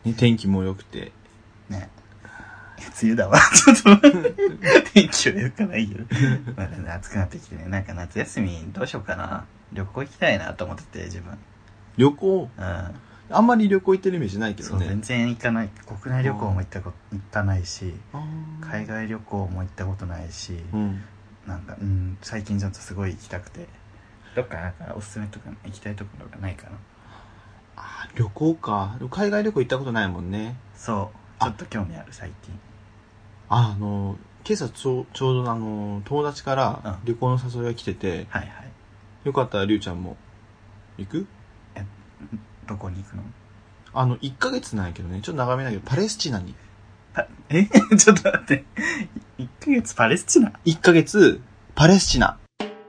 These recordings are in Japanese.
ね、天気も良くて。 ね。梅雨だわ。ちょっと天気は良くないよ。まだね、暑くなってきてね。なんか夏休みどうしようかな。旅行行きたいなと思ってて、自分。 旅行？ うん。 あんまり旅行行ってるイメージないけどね。 そう、全然行かない。国内旅行も行ったないし、海外旅行も行ったことないし、 うん、 なんか、最近ちょっとすごい行きたくて。どっかなんかおすすめとか行きたいところがないかな。 旅行か。海外旅行行ったことないもんね。 そう。ちょっと興味ある、最近。 今朝ちょうど友達から旅行の誘いが来てて、 はいはい。 よかったらりゅうちゃんも行く？ どこに行くの ？1ヶ月なんやけどね、ちょっと長めだけど、パレスチナに。 ちょっと待って。1ヶ月パレスチナ？ 1 ヶ月、パレスチナ。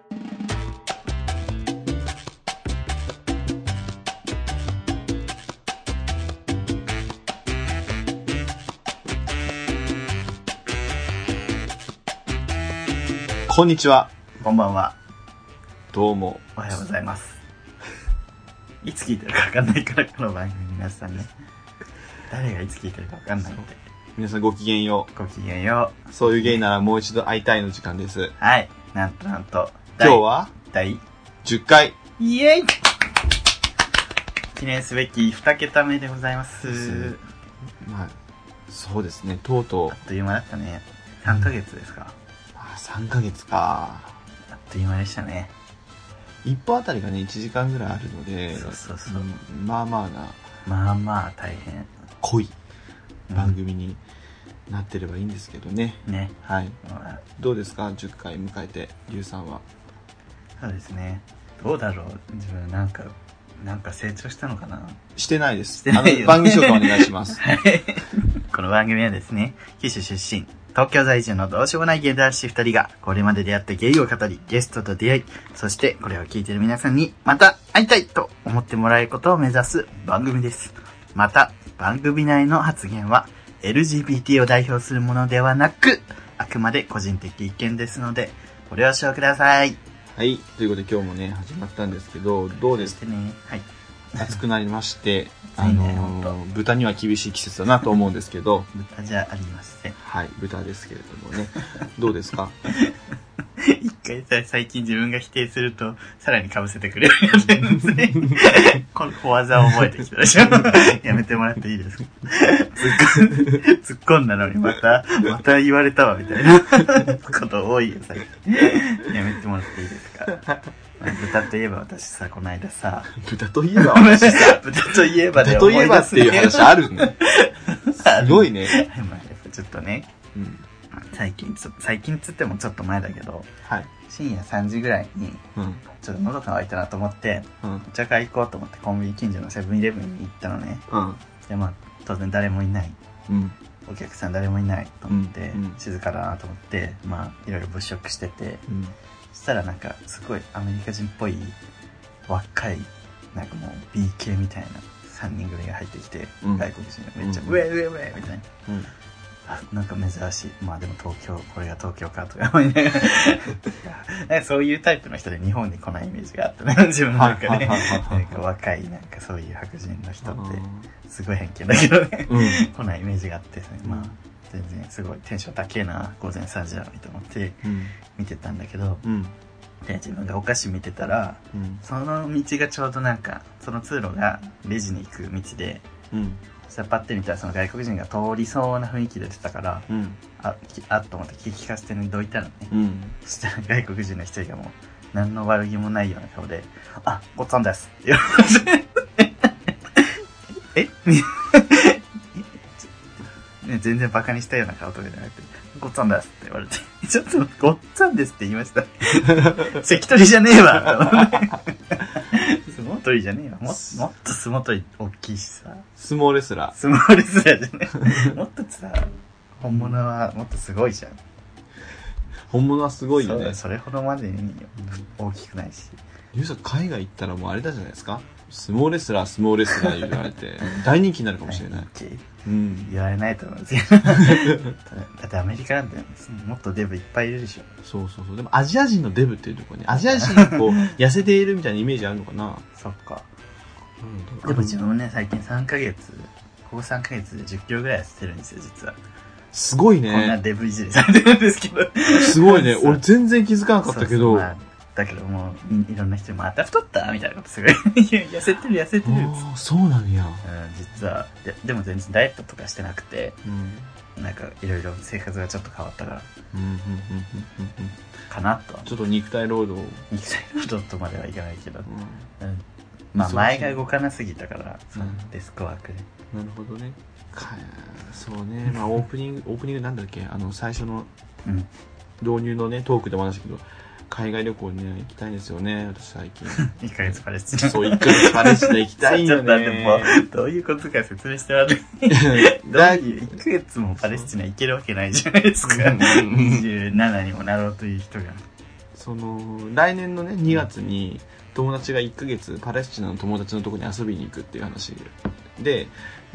こんにちは。 こんばんは。 どうも。 おはようございます。いつ聞いてるか分かんないから、この番組皆さんね。誰がいつ聞いてるか分かんないんで。 皆さんごきげんよう。ごきげんよう。そういうゲイならもう一度会いたいの時間です。 はい。なんと。 今日は第 10回。 イエイ記念すべき2桁目でございます。 まあ、そうですね。とうとう。 あっという間だったね。3ヶ月ですか。 3ヶ月か。 あっという間でしたね。 一本あたりがね、1時間ぐらいあるので、 そう。 まあまあな。 まあまあ大変。 濃い番組になってればいいんですけどね。 ね。 はい。どうですか ?10 回迎えて、リュウさんは。 そうですね。どうだろう自分なんか成長したのかな？ してないです。 してないよね。 番組紹介お願いします。 はい。この番組はですね、九州出身、東京在住のどうしようもないゲイ男子2人が、これまで出会ったゲイを語り、ゲストと出会い、そしてこれを聞いている皆さんに、また会いたいと思ってもらえることを目指す番組です。また、番組内の発言は、LGBT を代表するものではなく、あくまで個人的意見ですので、ご了承ください。 はい。ということで今日もね、始まったんですけど、どうですか？ ね。はい。 暑くなりまして、豚には厳しい季節だなと思うんですけど。 豚じゃありません。 はい、豚ですけれどもね。どうですか？ 一回最近自分が否定すると、さらに被せてくれるやつですね。この小技を覚えてきたでしょ。やめてもらっていいですか？突っ込んだのにまた言われたわみたいなこと多いよ、最近。やめてもらっていいですか？豚といえば私さ、この間さ。 豚といえば私さ。 豚といえばで思い出す、豚といえばっていう話あるね。すごいね。 まあやっぱちょっとね。最近つってもちょっと前だけど、 はい、 深夜3時ぐらいに、ちょっと喉が渇いたなと思って、お茶会行こうと思ってコンビニ近所のセブンイレブンに行ったのね。で、まあ、当然誰もいない。お客さん誰もいないと思って、静かだなと思って、まあ、いろいろ物色してて、そしたらなんか、すごいアメリカ人っぽい、若い、なんかもう B 系みたいな3人ぐらいが入ってきて、外国人がめっちゃ、ウェイみたいな。なんか珍しい。まあでもこれが東京かとか思いながらそういうタイプの人で日本に来ないイメージがあったね、自分の中で。なんか若い、なんかそういう白人の人って、すごい偏見だけどね、来ないイメージがあってですね、まあ全然すごいテンション高えな、午前3時なのにと思って見てたんだけど、で自分がお菓子見てたら、その道がちょうどなんか、その通路がレジに行く道で、パッて見たらその外国人が通りそうな雰囲気で出てたから、あっと思って聞かせてどいたのね。そしたら外国人の一人がもう何の悪気もないような顔で、ごっつぁんですって言われて全然バカにしたような顔とかじゃなくて、ごっつぁんですって言われて、ちょっとごっつぁんですって言いました。関取じゃねえわと思って相撲取りじゃねえわ。もっと相撲取り大きいしさ。 相撲レスラーじゃねえ。もっとさ、本物はもっとすごいじゃん。 本物はすごいよね。 それほどまでに大きくないし。 ゆうさん海外行ったらもうあれだじゃないですか。相撲レスラー言われて大人気になるかもしれない。 言われないと思うんですけどだってアメリカなんだよ、もっとデブいっぱいいるでしょ。 そうでもアジア人のデブっていうところにアジア人こう痩せているみたいなイメージあるのかな。 そっか。でも自分もね最近3ヶ月こ3ヶ月で10キロぐらい痩せてるんですよ、実は。 すごいね。 こんなデブいじりされてるんですけど。 すごいね。俺全然気づかなかったけど。 だけどもう、いろんな人にまた太ったみたいなことすごい。痩せてる痩せてる。 そうなんや。 実は。でも全然ダイエットとかしてなくて、なんかいろいろ生活がちょっと変わったから。かなと。 ちょっと肉体労働とまではいかないけど。まあ前が動かなすぎたから、デスクワークで。 なるほどね。そうね。まあオープニングなんだっけ、最初の導入のね、トークでも話したけど、海外旅行にね、行きたいんですよね、私最近。 1ヶ月パレスチナ。 そう、1ヶ月パレスチナ行きたいんよね。 どういうことか説明してもらって。1ヶ月もパレスチナ行けるわけないじゃないですか。27にもなろうという人が。 来年のね、2月に、友達が1ヶ月パレスチナの友達のとこに遊びに行くっていう話で、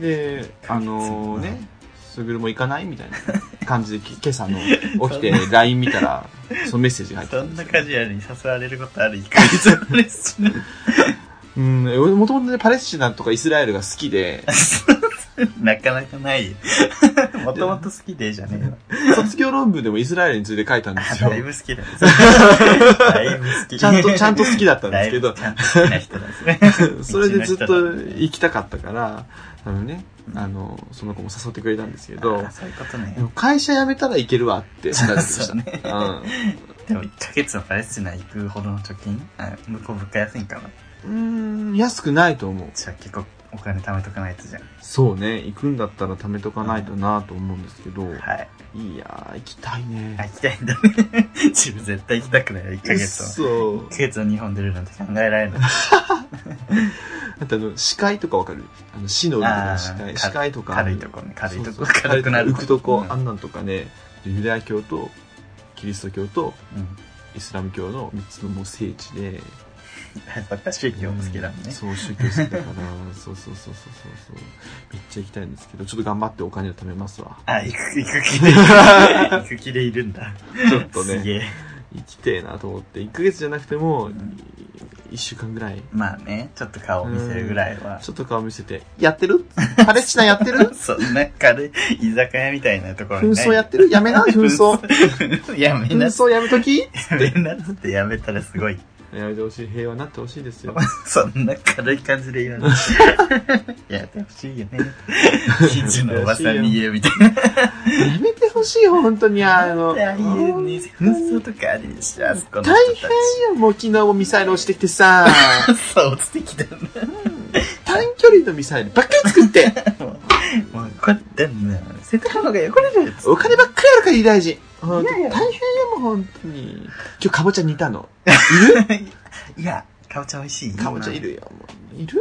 すぐるも行かないみたいな感じで今朝の起きて LINE 見たらそのメッセージが入ってたんですよ。そんなカジュアルに誘われることある1ヶ月パレスチナ。 もともとねパレスチナとかイスラエルが好きでなかなかない。もともと好きでじゃねえよ。卒業論文でもイスラエルについて書いたんですよ。 だいぶ好きだね。だいぶ好き。 ちゃんと好きだったんですけど。 ちゃんと好きな人ですね。 それでずっと行きたかったから、その子も誘ってくれたんですけど、 そういうことね。 会社辞めたら行けるわって話でした。 ね。でも1ヶ月のパレスチナ行くほどの貯金、向こう物価安いんかな。 安くないと思う。 じゃあ結構お金貯めとかないとじゃん。 そうね、行くんだったら貯めとかないとなと思うんですけど、 はい。 いやー、行きたいね。 行きたいんだね。自分絶対行きたくないよ、1ヶ月は。 そう。 1ヶ月の日本出るなんて考えられない。 あと司会とかわかる？死の海とか司会とか。 軽いとこね、軽いとこ。軽くなる。 浮くとこ、あんなんとかね、ユダヤ教とキリスト教とイスラム教の3つのもう聖地で、 宗教好きだもんね。 そう、宗教好きだから、そう。めっちゃ行きたいんですけど、ちょっと頑張ってお金を貯めますわ。 行く気でいるんだ。 ちょっとね、 すげえ。 行きてえなと思って、1ヶ月じゃなくても、1週間ぐらい。 まあね、ちょっと顔を見せるぐらいは。 ちょっと顔見せて、やってる？パレスチナやってる？ そんな軽い居酒屋みたいなところに。 紛争やってる？やめな、紛争。 やめな。 紛争やめとき？ やめなってやめたらすごい。 やめてほしい。平和になってほしいですよ。 そんな軽い感じで言わない。やってほしいよね。近所のおばさんに言うみたいな。 やめてほしいよ、本当に。 紛争とかあるでしょ、あそこの人たち。 大変よ、もう昨日もミサイル落ちてきてさ。 そう、落ちてきたんだ。 短距離のミサイルばっかり作って。 もう、こうやってんな。洗濯物が汚れるやつ。 お金ばっかりあるから、大臣。大変よ、もう本当に。今日かぼちゃ煮たの。いる？ いや、かぼちゃ美味しい。 かぼちゃいるよ。いる。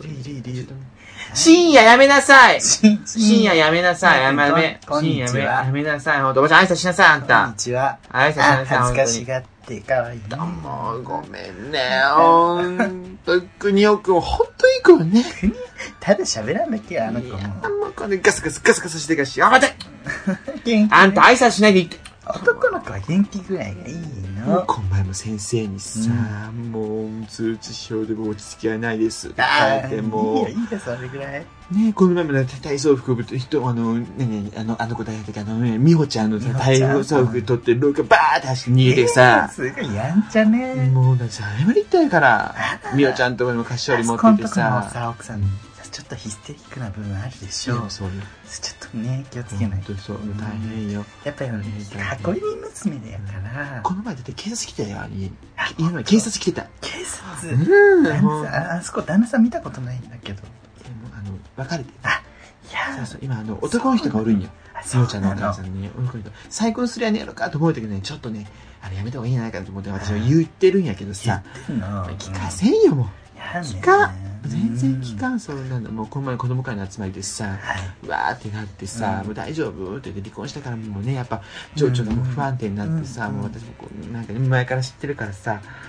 深夜やめなさい。深夜やめなさい。深夜やめなさい。ほんと、おばちゃん挨拶しなさい、あんた。 こんにちは。 挨拶しなさい、 恥ずかしがってかわいい。 どうも、ごめんね。ほんと、国尾くん、ほんといい子よね。 ただ喋らなきゃ、あの子も。 もうこれガサガサしてるし、待て元気。 あんた挨拶しないでいい。 男の子は元気ぐらいがいいの。 この前も先生にさ、もう通知表でも落ち着きはないです。 ああ、いいよ、それぐらい。 ね、この前も体操服ぶと人、あの子だよとか、美穂ちゃんの体操服取って廊下バーって走って逃げてさ。 すごいやんちゃね。 もうだってさ、謝りたいから。美穂ちゃんとこにも菓子折り持っててさ。 奥さんちょっとヒステリックな部分あるでしょ。 そうよ。 ちょっとね、気をつけないと。 そう、大変よ。 やっぱり、箱入り娘だから。 この前だって警察来たよ、今警察来てた。 警察？あそこ旦那さん見たことないんだけど。 別れて。 いやそう、今男の人がおるんよ。美穂ちゃんのお母さんに、再婚すりゃねえのかと思うけどね、ちょっとね、やめた方がいいんじゃないかと思って私は言ってるんやけどさ。聞かせんよ、もう。聞かん。全然聞かん、そんなの。もうこの前子供会の集まりでさ、わーってなってさ、もう大丈夫って言って離婚したからもうね、やっぱ情緒がもう不安定になってさ、もう私もなんか前から知ってるからさ、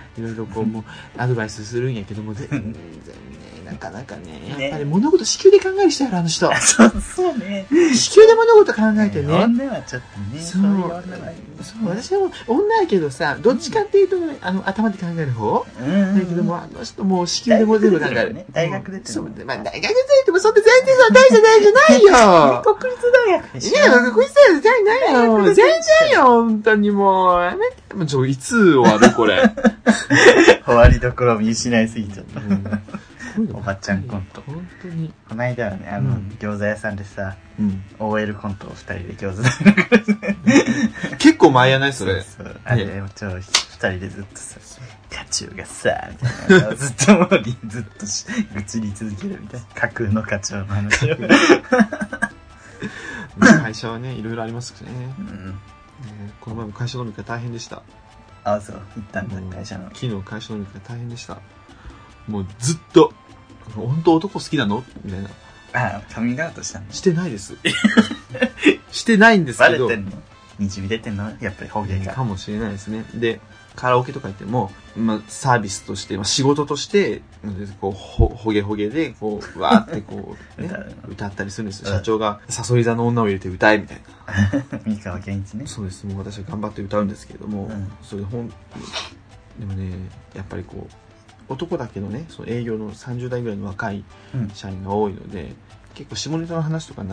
いろいろこうもうアドバイスするんやけども全然ねなかなかねやっぱり物事子宮で考える人やろあの人。 そうね。 子宮で物事考えてね。 女はちょっとね。そういう女はいい。 そう私は女やけどさどっちかっていうと頭で考える方。だけどもあの人もう子宮でも全部考える。 大学出てる。 そうまあ大学出てもそんな全然さ大じゃないよ。 国立大学でしょ。 いや国立大学じゃないよ。全然よ本当にもうやめて。いつ終わるこれ。 終わりどころを見失いすぎちゃった。おばちゃんコント。 本当に。 この間はね、餃子屋さんでさ、OL コントを2人で餃子食べる。 結構前やないそれ。 そう。あれ、2人でずっとさ、カチュウがさ、みたいな。ずっともうずっと愚痴り続けるみたいな。架空の課長の話を。 会社はね、いろいろありますしね。この前も会社飲み会大変でした。 あ、そう。行ったんだ、会社の。 昨日会社飲み会大変でした。もうずっと、本当男好きなのみたいな。 あ、カミングアウトしたんだ。 してないです。してないんですけど。 バレてんの？にじみ出てんの？やっぱり方言が。 かもしれないですね。で、カラオケとか行っても、サービスとして、仕事として、こう、ほげほげで、こう、わーってこう、ね、歌ったりするんですよ。社長が、サ座の女を入れて歌え、みたいな。三河健一ね。 そうです。もう私は頑張って歌うんですけれども、それでもね、やっぱりこう、男だけどね、その営業の30代ぐらいの若い社員が多いので、結構下ネタの話とかになって、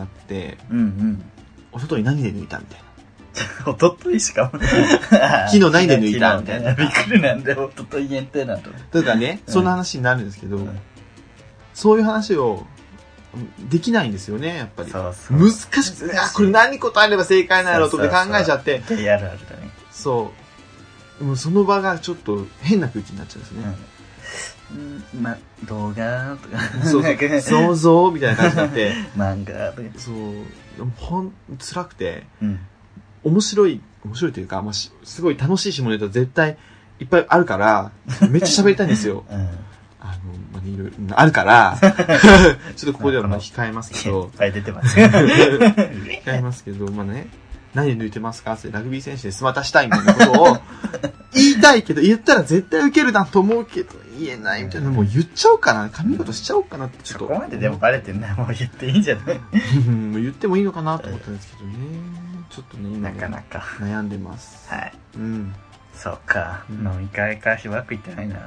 お外に何で抜いたみたいな。 おとといしかも昨日何で抜いたみたいな。 びっくりなんで、おととい限定なんと。 とかね、そんな話になるんですけど、そういう話をできないんですよね、やっぱり。難しくて、これ何答えれば正解なんやろうとか考えちゃって。 やるあるだね。 そう。もうその場がちょっと変な空気になっちゃうんですね。 動画とか想像みたいな感じになって漫画とかそう辛くて、面白いというか、すごい楽しい下ネタ絶対いっぱいあるからめっちゃ喋りたいんですよ、いろいろあるからちょっとここでは控えますけどいっぱい出てます控えますけど何抜いてますかってラグビー選手でスマタしたいみたいなことを言いたいけど言ったら絶対ウケるなと思うけど言えないみたいなもう言っちゃおうかな髪型しちゃおうかなってちょっとそこまででもバレてんなもう言っていいんじゃないもう言ってもいいのかなと思ったんですけどねちょっとねなかなか悩んでますはいそうか飲み会かしばらく行ってないな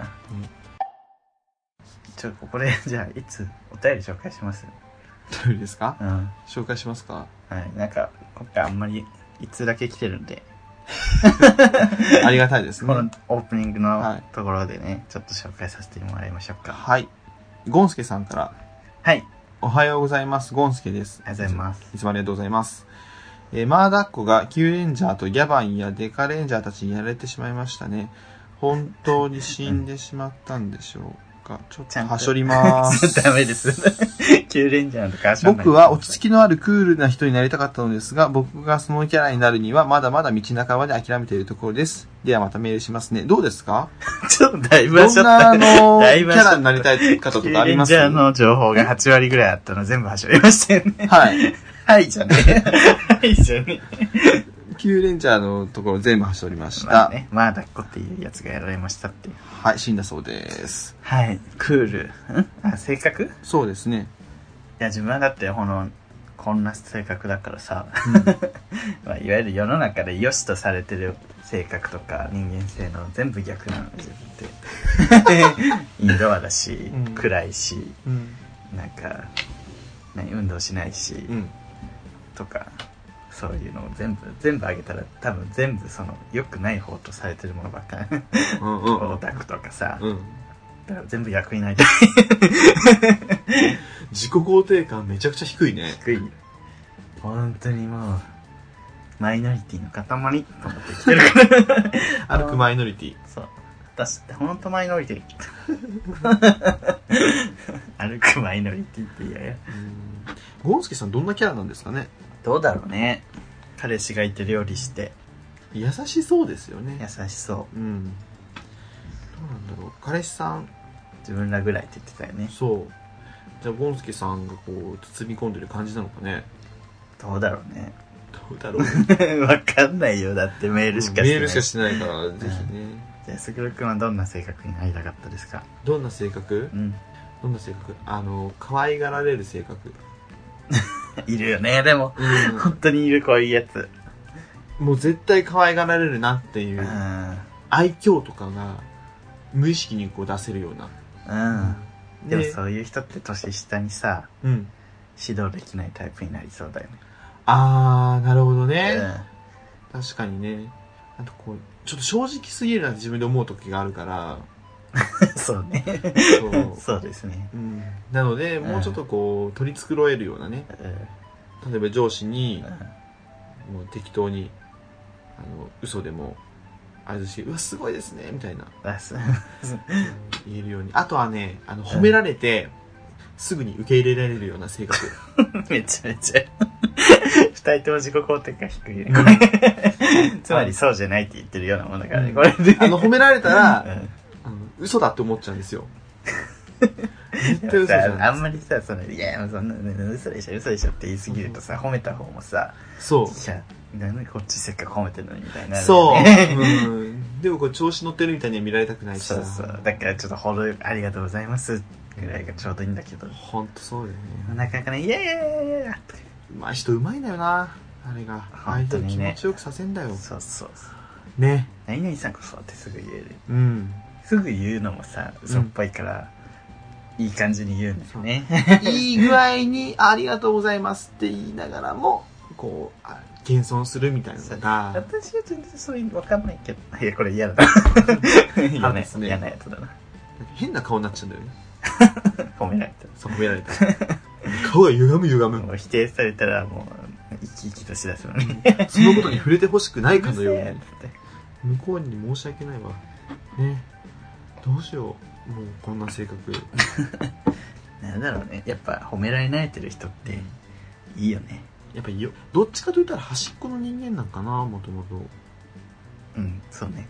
ここでじゃあいつお便り紹介しますお便りですか紹介しますかはいなんか今回あんまりいつだけ来てるんでありがたいですね。 このオープニングのところでね、ちょっと紹介させてもらいましょうか。 はい。ゴンスケさんから。 はい。 おはようございます。ゴンスケです。 ありがとうございます。 いつもありがとうございます。マーダッコがキューレンジャーとギャバンやデカレンジャーたちにやられてしまいましたね。本当に死んでしまったんでしょうか。ちょっとはしょります。 ダメです。キューレンジャーとか僕は落ち着きのあるクールな人になりたかったのですが、僕がそのキャラになるにはまだまだ道半ばで諦めているところです。ではまたメールしますね。どうですかちょっとだいぶどんなキャラになりたい方とかありますキューレンジャーの情報が8割ぐらいあったの全部はしょりましたよね。 はい。 はいじゃねはいじゃねキューレンジャーのところ全部はしょりました。 まあ、抱っこっていうやつがやられましたって。 はい、死んだそうです。 はい、クール。性格？ そうですね。 いや、自分はだってこんな性格だからさ、まあ、いわゆる世の中で良しとされてる性格とか人間性の全部逆なの自分って。インドアだし、暗いし、なんか、運動しないし、とか。そういうのを全部あげたら多分全部良くない方とされてるものばっかりオタクとかさ、だから全部役になりたい自己肯定感めちゃくちゃ低いね。 低い本当にもうマイノリティの塊と思ってきてるから歩くマイノリティそう私って本当マイノリティ歩くマイノリティって嫌やゴンスケさんどんなキャラなんですかね。 どうだろうね。彼氏がいて料理して優しそうですよね。 優しそう。どうなんだろう。彼氏さん自分らぐらいって言ってたよね。 そう。じゃあゴンスケさんがこう包み込んでる感じなのかね。 どうだろうね。 どうだろうね。 わかんないよ。だってメールしかしてない。 メールしかしてないからぜひね。 じゃあすぐるくんはどんな性格になりたかったですか？ どんな性格？どんな性格？可愛がられる性格。 いるよね、でも、本当にいる、こういうやつ。 もう絶対可愛がられるなっていう愛嬌とかが無意識にこう出せるような。 でもそういう人って年下にさ、指導できないタイプになりそうだよね。 なるほどね。確かにね。あとこうちょっと正直すぎるなって自分で思う時があるから。 そうね。そうですね。 なのでもうちょっとこう取り繕えるようなね。例えば上司にもう適当に嘘でもあれだし、うわすごいですねみたいな言えるように。あとはね、褒められてすぐに受け入れられるような性格。 めちゃめちゃ二人とも自己肯定感低いね。つまりそうじゃないって言ってるようなものだからね、これで。 褒められたら、嘘だって思っちゃうんですよ。絶対嘘じゃん。 あんまりさ、いや、そんな、嘘でしょって言い過ぎるとさ、褒めた方もさ、 そう。 いや、なんでこっちせっかく褒めてるのにみたいになる、ね。 そう。でもこう調子乗ってるみたいには見られたくないしさ。 そう。だからちょっとありがとうございますぐらいがちょうどいいんだけど。 ほんとそうだよね。 なかなかね、いやうまい人うまいんだよな。あれが。相手を気持ちよくさせんだよ。 そう。 ね。 何々さんこそってすぐ言える。すぐ言うのもさ、嘘っぽいから、いい感じに言うんですね。 いい具合にありがとうございますって言いながらも、こう、謙遜するみたいなのが。 私は全然そういうの分かんないけど。いや、これ嫌だな。嫌なやつだな。 変な顔になっちゃうんだよね。 褒められた。 そう、褒められた。顔が歪む。 もう否定されたらもう、生き生きとしだすのに。 そのことに触れてほしくないかのように。向こうに申し訳ないわ。ね。どうしよう。もうこんな性格。 なんだろうね。やっぱ褒められ慣れてる人っていいよね。 やっぱりどっちかといったら端っこの人間なんかな、もともと。 そうね。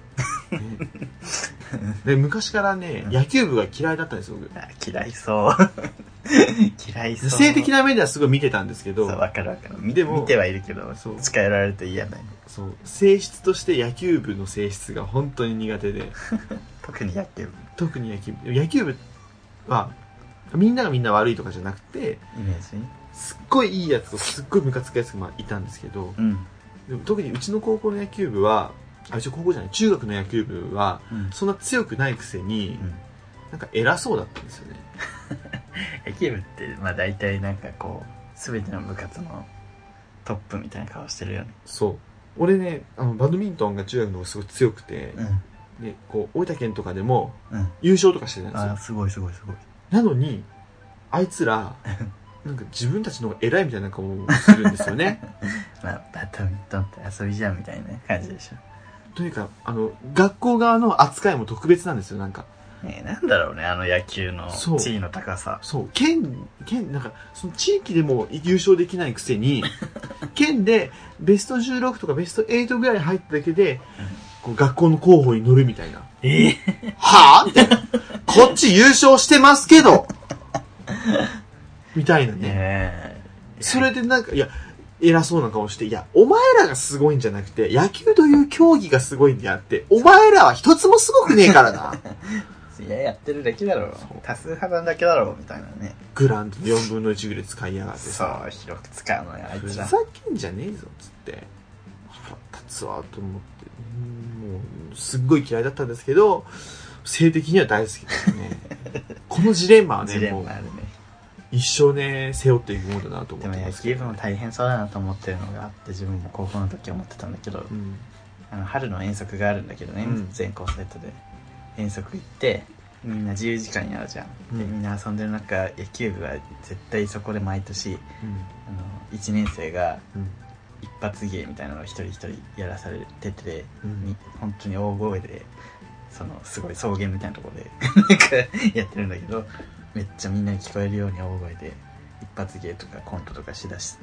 で昔からね、野球部が嫌いだったんですよ、僕。 嫌いそう。 性的な面ではすごい見てたんですけど。 そう、わかる。見てはいるけど、近寄られると嫌だよね。 そう。性質として野球部の性質が本当に苦手で。 特に野球部。 野球部は、みんながみんな悪いとかじゃなくて、 イメージすっごいいいやつとすっごいムカつくやつがいたんですけど、でも特にうちの高校の野球部は、うち高校じゃない、中学の野球部は、そんな強くないくせに、なんか偉そうだったんですよね。 野球部って、まあ大体なんかこう、すべての部活のトップみたいな顔してるよね。 そう。俺ね、バドミントンが中学の方がすごい強くて、で、こう、大分県とかでも、優勝とかしてたんですよ。 すごい。 なのに、あいつら、なんか自分たちの方が偉いみたいな顔をするんですよね。 まあ、バドミントンって遊びじゃんみたいな感じでしょ。 というか、学校側の扱いも特別なんですよ、なんか。 なんだろうね、野球の地位の高さ。 そう。なんか、その地域でも優勝できないくせに、県でベスト16とかベスト8ぐらい入っただけで、こう学校の候補に乗るみたいな。はぁみたいな。こっち優勝してますけどみたいなね。それでなんか、いや、偉そうな顔して、いや、お前らがすごいんじゃなくて、野球という競技がすごいんであって、お前らは一つもすごくねえからな。 いや、やってるだけだろ。多数派なだけだろ、みたいなね。 グラウンドの4分の1ぐらい使いやがってさ。 そう、広く使うのよ、あいつら。 ふざけんじゃねえぞ、つって。立つわ、と思って。もう、すっごい嫌いだったんですけど、性的には大好きですね。このジレンマはね、もう、一生ね、背負っていくものだなと思ってます。 でも野球部も大変そうだなと思ってるのがあって、自分も高校の時思ってたんだけど、春の遠足があるんだけどね、全校生徒で。遠足行ってみんな自由時間になるじゃん、でみんな遊んでる中野球部は絶対そこで毎年、1年生が一発芸みたいなのを一人一人やらされてて、本当に大声ですごい草原みたいなところでなんかやってるんだけど、めっちゃみんなに聞こえるように大声で一発芸とかコントとかしだして、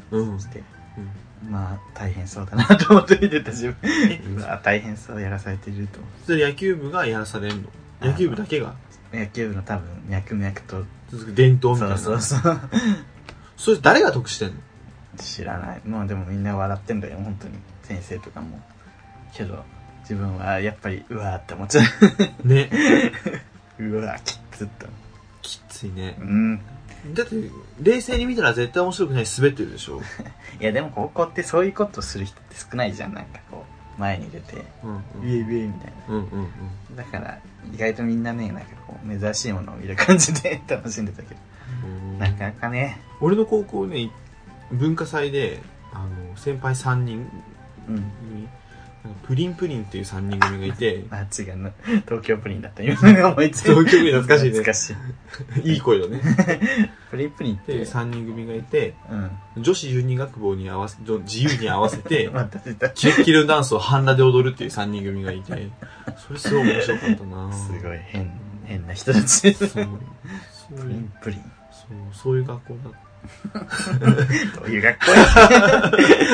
まあ大変そうだなと思って見てた自分大変そうやらされてると。 それ野球部がやらされるの？野球部だけが？ 野球部の多分脈々と伝統みたいな。 そうそれ誰が得してんの？ 知らない。もうでもみんな笑ってんだよ本当に、先生とかも。けど自分はやっぱりうわーって思っちゃうねうわーきつっときついね。 うん。 だって冷静に見たら絶対面白くないし滑ってるでしょいやでも高校ってそういうことする人って少ないじゃん。なんかこう前に出て、うんうん、ウェイウェイみたいな、うんうんうん、だから意外とみんなねなんかこう珍しいものを見る感じで楽しんでたけど、なかなかね。 俺の高校ね文化祭で先輩3人に、プリンプリンっていう3人組がいてあ、違うの。東京プリンだった。今思いついた。 東京プリン懐かしいね。 懐かしい。 いい声だね。 プリンプリンっていう 3人組がいて、女子12学坊に合わせ、自由に合わせて、キレッキレのダンスを半裸で踊るっていう3人組がいて、それすごい面白かったな。 すごい変な人たち。プリンプリン。 そういう学校だった。 どういう学校や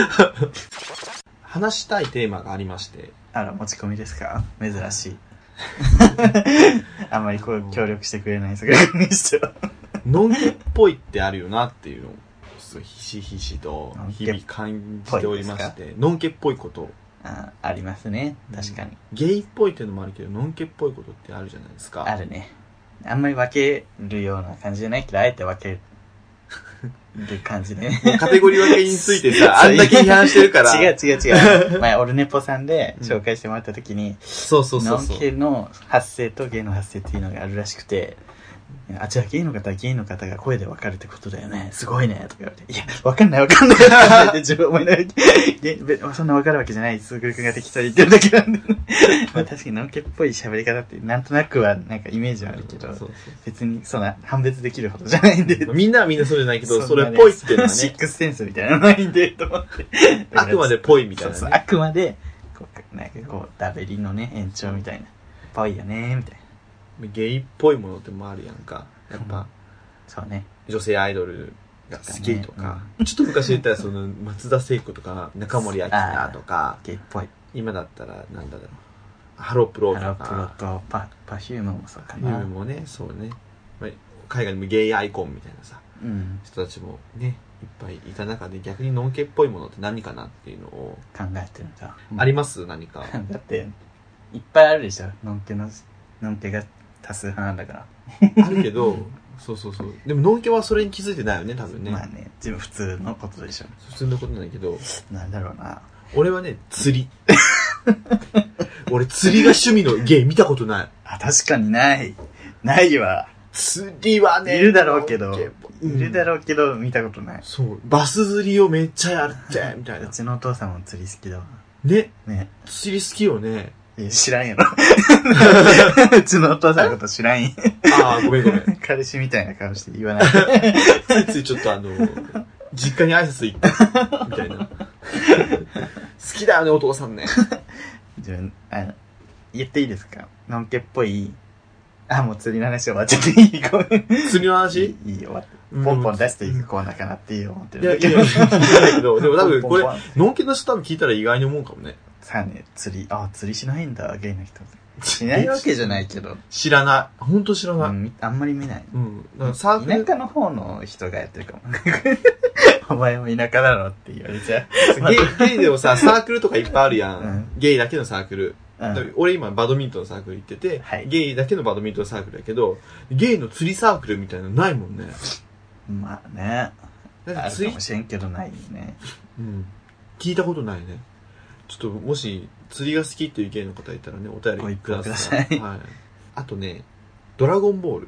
話したいテーマがありまして。 あら、持ち込みですか？珍しい。あんまりこう協力してくれないですが、にしては。 のんけっぽいってあるよなっていうのを、ひしひしと日々感じておりまして、のんけっぽいこと。 ありますね。確かに。 ゲイっぽいっていうのもあるけど、のんけっぽいことってあるじゃないですか。 あるね。あんまり分けるような感じじゃないけど、あえて分ける感じでね。 カテゴリー分けについてさ、あんだけ批判してるから。 違う。前、オルネポさんで紹介してもらった時に、のんけの発声とゲイの発声っていうのがあるらしくて、じゃあゲイの方はゲイの方が声で分かるってことだよね。すごいね。とか言われて、いや、分かんないって自分思いながら、そんな分かるわけじゃない。すぐるくんが適当に言ってるだけなんで。まあ確かにのんけっぽい喋り方ってなんとなくはなんかイメージはあるけど、別にそんな判別できるほどじゃないんで。 みんなはみんなそうじゃないけど、それっぽいっていうのはね。 シックスセンスみたいなのないんで、と思って。 あくまでぽいみたいなね。 そう、あくまで、なんかこう、ダベリのね、延長みたいな。ぽいよね、みたいな。 ゲイっぽいものってもあるやんか。やっぱ、 そうね。 女性アイドルが好きとか、ちょっと昔言ったらその松田聖子とか中森明菜とか、 ゲイっぽい。 今だったらなんだろう、ハロプロとか。 ハロプロとパフュームもそうかな。 パフュームもね、そうね。海外でもゲイアイコンみたいなさ、人たちもね、いっぱいいた中で逆にのんけっぽいものって何かなっていうのを考えてるんだ。 あります何か。 だって、いっぱいあるでしょ。のんけが多数派なんだから。 あるけど、そう。でも、のんけはそれに気づいてないよね、多分ね。 まあね、自分普通のことでしょ。 普通のことなんだけど。 なんだろうな。 俺はね、釣り。俺、釣りが趣味のゲイ見たことない。 あ、確かにない。ないわ。 釣りはね、 いるだろうけど、見たことない。 そう。バス釣りをめっちゃやって、みたいな。 うちのお父さんも釣り好きだわ。 ね。釣り好きよね。 知らんやろ。うちのお父さんのこと知らんや。 ああ、ごめん。 彼氏みたいな顔して言わない。 ついちょっと実家に挨拶行った、みたいな。好きだよね、お父さんね。 自分、言っていいですか？のんけっぽい。もう釣りの話終わっちゃっていい？ごめん。 釣りの話？ いいよ、終わって。ポンポン出していくコーナーかなって思ってる。 いや、聞いてないけど、でも多分これ、のんけの人多分聞いたら意外に思うかもね。 さあね、釣りしないんだ、ゲイの人。しないわけじゃないけど。 知らない。ほんと知らない。 あんまり見ない。 だからサークル。 田舎の方の人がやってるかも。お前も田舎だろって言われちゃう。 ゲイでもさ、サークルとかいっぱいあるやん。ゲイだけのサークル。俺今バドミントンのサークル行ってて、ゲイだけのバドミントンサークルだけど、ゲイの釣りサークルみたいなのないもんね。 まあね。あるかもしれんけどないよね。 聞いたことないね。ちょっともし釣りが好きっていうゲイの方いたらね、お便りください。はい。あとね、ドラゴンボール。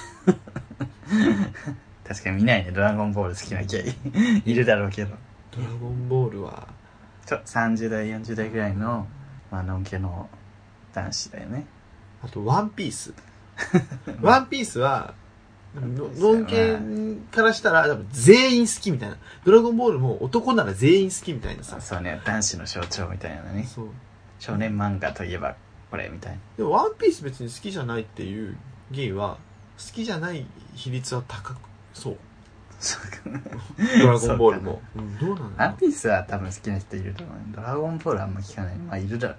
確かに見ないね、ドラゴンボール好きなゲイ。いるだろうけど。 ドラゴンボールは、 30代、40代ぐらいの、のんけの男子だよね。 あと、ワンピース。ワンピースは、のんけからしたら多分全員好きみたいな。ドラゴンボールも男なら全員好きみたいなさ。 そうね、男子の象徴みたいなね。そう。少年漫画といえばこれみたいな。 でもワンピース別に好きじゃないっていうゲイは、好きじゃない比率は高く、そう。ドラゴンボールも。どうなの？ ワンピースは多分好きな人いると思う。ドラゴンボールあんま聞かない。まあいる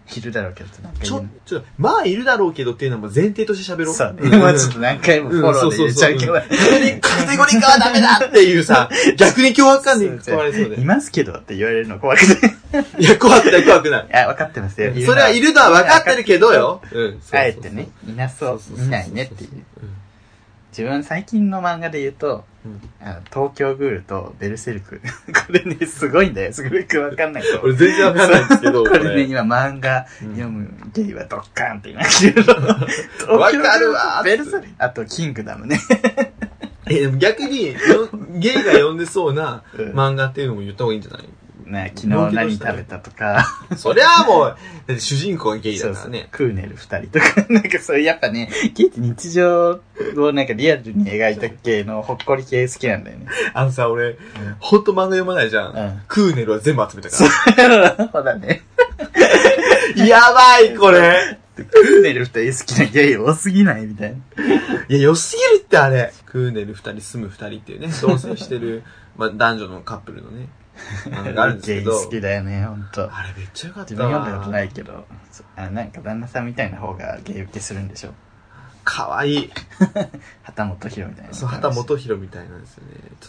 いるだろうけどなんかちょっと、まあいるだろうけどっていうのも前提として喋ろう。 そうね。もうちょっと何回もフォローで入れちゃうけど。 カテゴリー化はダメだっていうさ、逆に凶悪感に使われそうで。 いますけどって言われるの怖くない。 いや、怖くない。 いや、分かってますよ。 それはいるとは分かってるけどよ。 あえてね、いなそう、見ないねっていう。自分最近の漫画で言うと、東京グールとベルセルク。これね、すごいんだよ。すごくわかんないと。 俺全然わかんないんですけど。 これね、今漫画読むゲイはドッカーンって言いましたけど。 わかるわー。 ベルセルク。あと、キングダムね。 でも逆に、ゲイが読んでそうな漫画っていうのも言った方がいいんじゃないね、昨日何食べたとか。 そりゃあもう、だって主人公がゲイだからね。 そうクーネル二人とか、なんかそういうやっぱね、ゲイって日常をなんかリアルに描いた系のほっこり系好きなんだよね。 さ、俺、ほんと漫画読まないじゃん。クーネルは全部集めたから。そうだね。 やばい、これ。 クーネル二人好きなゲイ多すぎないみたいな。 いや、良すぎるってあれ。クーネル二人住む二人っていうね、同棲してる、まあ男女のカップルのね。があるんですけど。 ゲイ好きだよね、ほんと。 あれめっちゃよかった。 自分読んだことないけど、なんか旦那さんみたいな方がゲイ受けするんでしょ。 かわいい。 畑本博みたいな。 そう、畑本博みたいなんですよね。そう。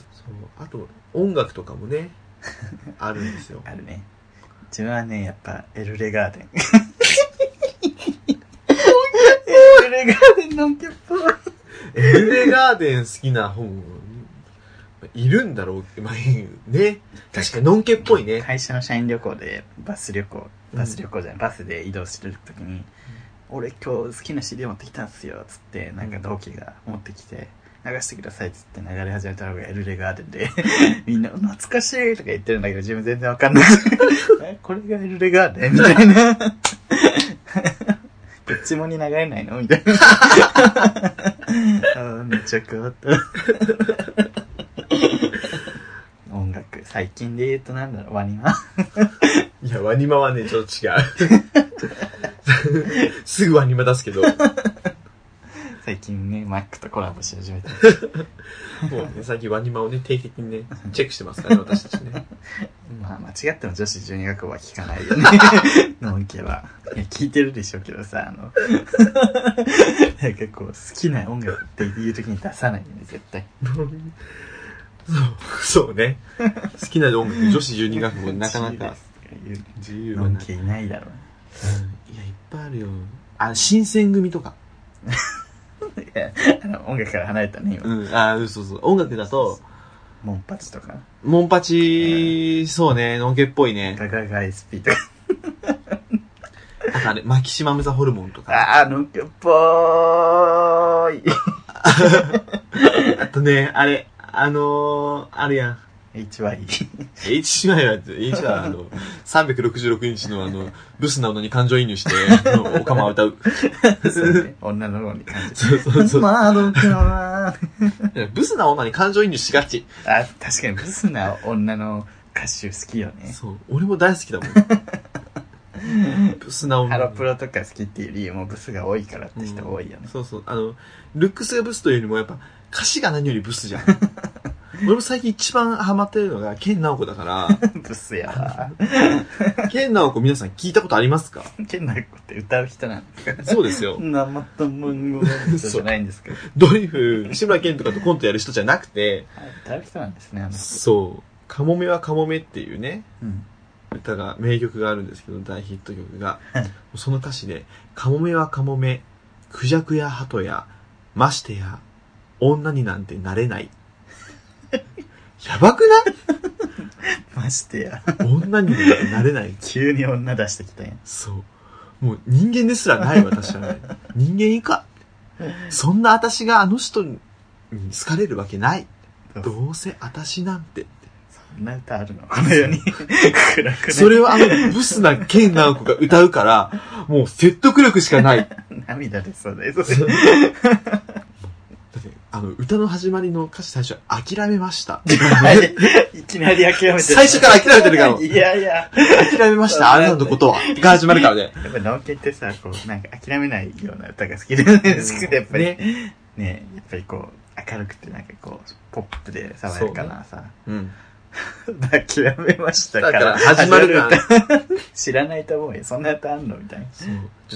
あと、音楽とかもね、あるんですよ。 あるね。自分はね、やっぱ、エルレガーデン。エルレガーデンのんけっぽい。 エルレガーデン好きな本、いるんだろうって、まあ、ね。確かに、のんけっぽいね。 会社の社員旅行で、バスで移動してる時に、俺今日好きな CD 持ってきたんすよ、つって、なんか同期が持ってきて、流してくださいっつって流れ始めたのがエルレガーデンで、みんな懐かしいとか言ってるんだけど、自分全然わかんない。これがエルレガーデンみたいな。どっちもに流れないのみたいな。めっちゃ変わった。音楽、最近で言うとなんだろう、ワニマ。 いや、ワニマはね、ちょっと違う。すぐワニマ出すけど。 最近ね、マックとコラボし始めた。 もうね、最近ワニマをね、定期的にね、チェックしてますからね、私たちね。 まあ、間違っても女子12学部は聞かないよね。のんけは。いや、聞いてるでしょうけどさ、なんかこう、好きな音楽っていう時に出さないよね、絶対。 そうね。好きな音楽、女子12学部なかなか自由はない。のんけいないだろうね。 いや、いっぱいあるよ。新選組とか。 いや、音楽から離れたね、今。 そうそう。音楽だと、 モンパチとか。 モンパチ、そうね、のんけっぽいね。 ガガガ SP とか。 あとあれ、マキシマムザホルモンとか。 のんけっぽーい。 あとね、あれやん。 HY。 HY は、366日のブスな女に感情移入して、おかまを歌う。 そうね。女の方に感じ。 そう。 まあ、どうかな。 ブスな女に感情移入しがち。 確かにブスな女の歌手好きよね。 そう。俺も大好きだもん。ブスな女。 ハロプロとか好きっていう理由もブスが多いからって人多いよね。 そうそう。ルックスがブスというよりもやっぱ、歌詞が何よりブスじゃん。俺も最近一番ハマってるのが、ケンナオコだから。 ブスやわ。 ケンナオコ皆さん聞いたことありますか？ ケンナオコって歌う人なんですか？ そうですよ。 生卵の人じゃないんですか？ ドリフ、志村けんとかとコントやる人じゃなくて、 歌う人なんですね、 そう。カモメはカモメっていうね、名曲があるんですけど、大ヒット曲が。その歌詞で、カモメはカモメ、クジャクやハトや、ましてや、女になんてなれない。やばくない？ ましてや。 女になれない。 急に女出してきたやん。 そう。もう人間ですらない私はね。人間いいか。そんな私があの人に好かれるわけない。どうせ私なんて。 そんな歌あるのこの世に。暗くそれはブスなケンナオコが歌うから、もう説得力しかない。 涙出そうだよ、 歌の始まりの歌詞最初、諦めました。 いきなり諦めてる。 最初から諦めてるから。 いや。 諦めました、あなたのことは。が始まるからね。 やっぱ、ノンケってさ、こう、なんか諦めないような歌が好きだよね。やっぱり。ね、やっぱりこう、明るくてなんかこう、ポップで爽やかなさ。 諦めましたから。 始まるから。 知らないと思うよ。そんなやつあんのみたいな。 そう。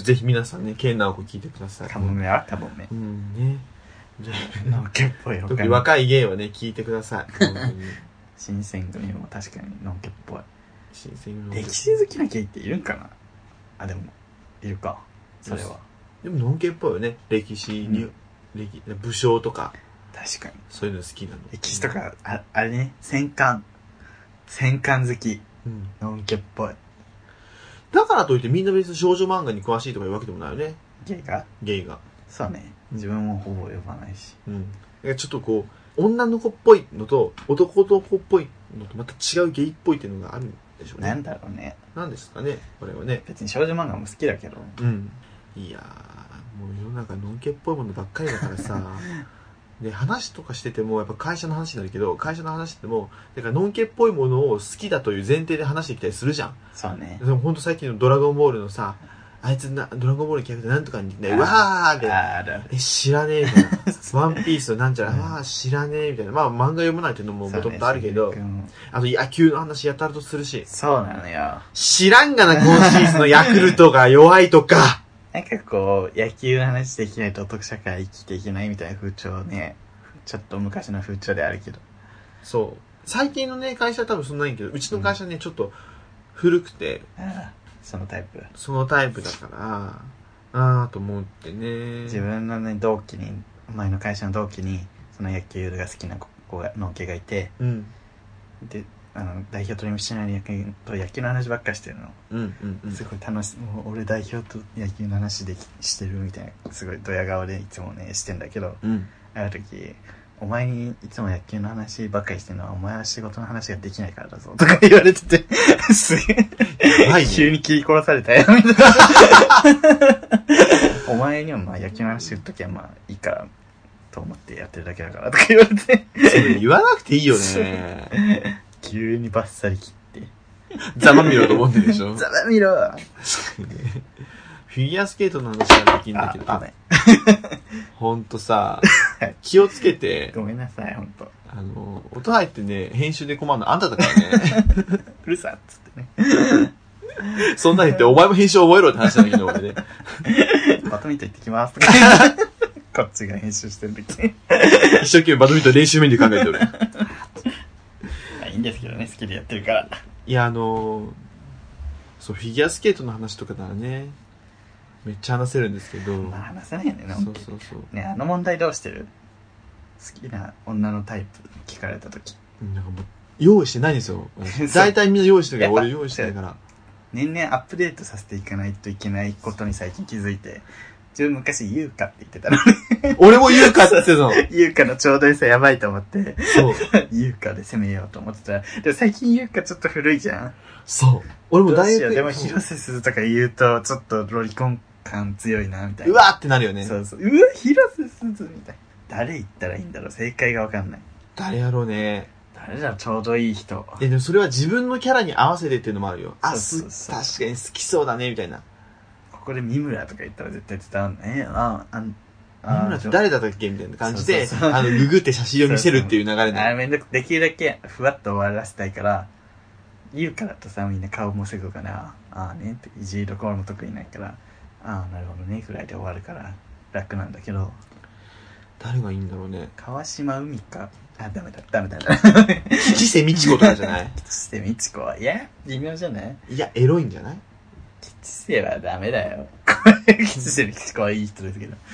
ぜひ皆さんね、ケンナオコ聞いてください。 カモメはカモメ。 うんね。 のんけっぽい。 特に若い芸はね、聞いてください。 新選組も確かにのんけっぽい。 新選組歴史好きな芸っているんかなあ、でも、いるか。それは。 でものんけっぽいよね。歴史に、武将とか。 確かに。 そういうの好きなの。 歴史とか、あれね、戦艦好き。のんけっぽい。 だからといってみんな別に少女漫画に詳しいとかいうわけでもないよね。ゲイが。 そうね。自分もほぼ呼ばないし。 ちょっとこう、女の子っぽいのと男の子っぽいのとまた違うゲイっぽいっていうのがあるんでしょうね。 なんだろうね。 なんですかね、これはね。 別に少女漫画も好きだけど。 いやー、もう世の中のんけっぽいものばっかりだからさ。で、話とかしてても、やっぱ会社の話になるけど、会社の話しても、だからのんけっぽいものを好きだという前提で話してきたりするじゃん。 そうね。 でもほんと最近のドラゴンボールのさ、あいつドラゴンボールのキャラクターなんとかに似てない。わーみたいな。知らねえみたいな。ワンピースのなんちゃら、わー知らねえみたいな。まあ漫画読まないっていうのももともとあるけど、あと野球の話やたらとするし。 そうなのよ。 知らんがな、今シーズンのヤクルトが弱いとか。 なんかこう、野球の話できないと男社会生きていけないみたいな風潮ね。ちょっと昔の風潮であるけど。 そう。最近のね、会社は多分そんなにけど、うちの会社ね、ちょっと古くて。 そのタイプだからと思ってね。 自分のね、前の会社の同期に、その野球が好きなのんけがいて、で、代表取締役と野球の話ばっかしてるの。すごい楽しい。もう俺代表と野球の話してるみたいな、すごいドヤ顔でいつもね、してんだけど、ある時、お前にいつも野球の話ばっかりしてるのはお前は仕事の話ができないからだぞとか言われててすげえ急に切り殺されたよみたいなお前にはまあ野球の話するときはまあいいからと思ってやってるだけだからとか言われてそれ言わなくていいよね急にバッサリ切ってざまみろと思ってるでしょざまみろフィギュアスケートの話はできんだけどほんとさ気をつけてごめんなさいほんと音入ってね編集で困るのあんただからねうるさっつってねそんなに言ってお前も編集覚えろって話なんだけど俺ねバドミントン行ってきますとかこっちが編集してる時一生懸命バドミントン練習メニュー考えてるいいんですけどね好きでやってるからいやそうフィギュアスケートの話とかならねめっちゃ話せるんですけどまあ話せないよねそうね問題どうしてる好きな女のタイプ聞かれた時なんかもう用意してないんですよ大体みんな用意してるけど俺用意してないから年々アップデートさせていかないといけないことに最近気づいて自分昔優香って言ってたのね俺も優香って言ってたの優香のちょうどいいさやばいと思ってそう優香で攻めようと思ってたらでも最近優香ちょっと古いじゃんそう俺も大学でも広瀬すずとか言うとちょっとロリコン感強いなみたいなうわーってなるよねそううわ広瀬すずみたいな誰言ったらいいんだろう正解がわかんない誰やろうね誰だちょうどいい人でもそれは自分のキャラに合わせてっていうのもあるよ確かに好きそうだねみたいなここで三村とか言ったら絶対伝わんない三村って誰だったっけみたいな感じでググって写真を見せるっていう流れでできるだけふわっと終わらせたいから言うからとさみんな顔もすぐかなねっていじるところも得意ないからなるほどねくらいで終わるから楽なんだけど誰がいいんだろうね川島海かダメだ吉瀬美智子とかじゃない吉瀬美智子はいや微妙じゃないいやエロいんじゃない吉瀬はダメだよ吉瀬美智子はいい人ですけど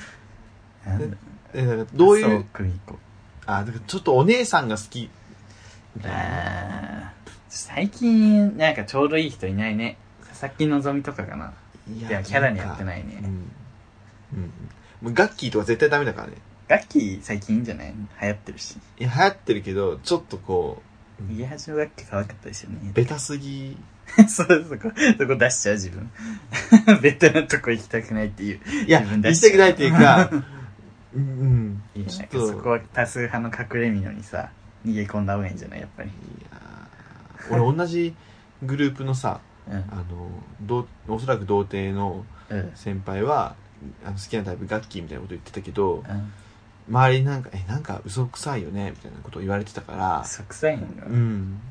どういうそう久美子だからちょっとお姉さんが好き最近なんかちょうどいい人いないね佐々木希とかかないやキャラにやってないねもうガッキーとか絶対ダメだからねガッキー最近いいんじゃない流行ってるしいや流行ってるけどちょっとこう家橋のガッキー可愛かったですよねベタすぎそこ出しちゃう自分ベタなとこ行きたくないっていういや行きたくないっていうかいやなんかそこは多数派の隠れ蓑にさ逃げ込んだ方がいいんじゃないやっぱりいや俺同じグループのさ、おそらく童貞の先輩は、好きなタイプガッキーみたいなこと言ってたけど、周りになんか嘘くさいよねみたいなことを言われてたから嘘くさいんだ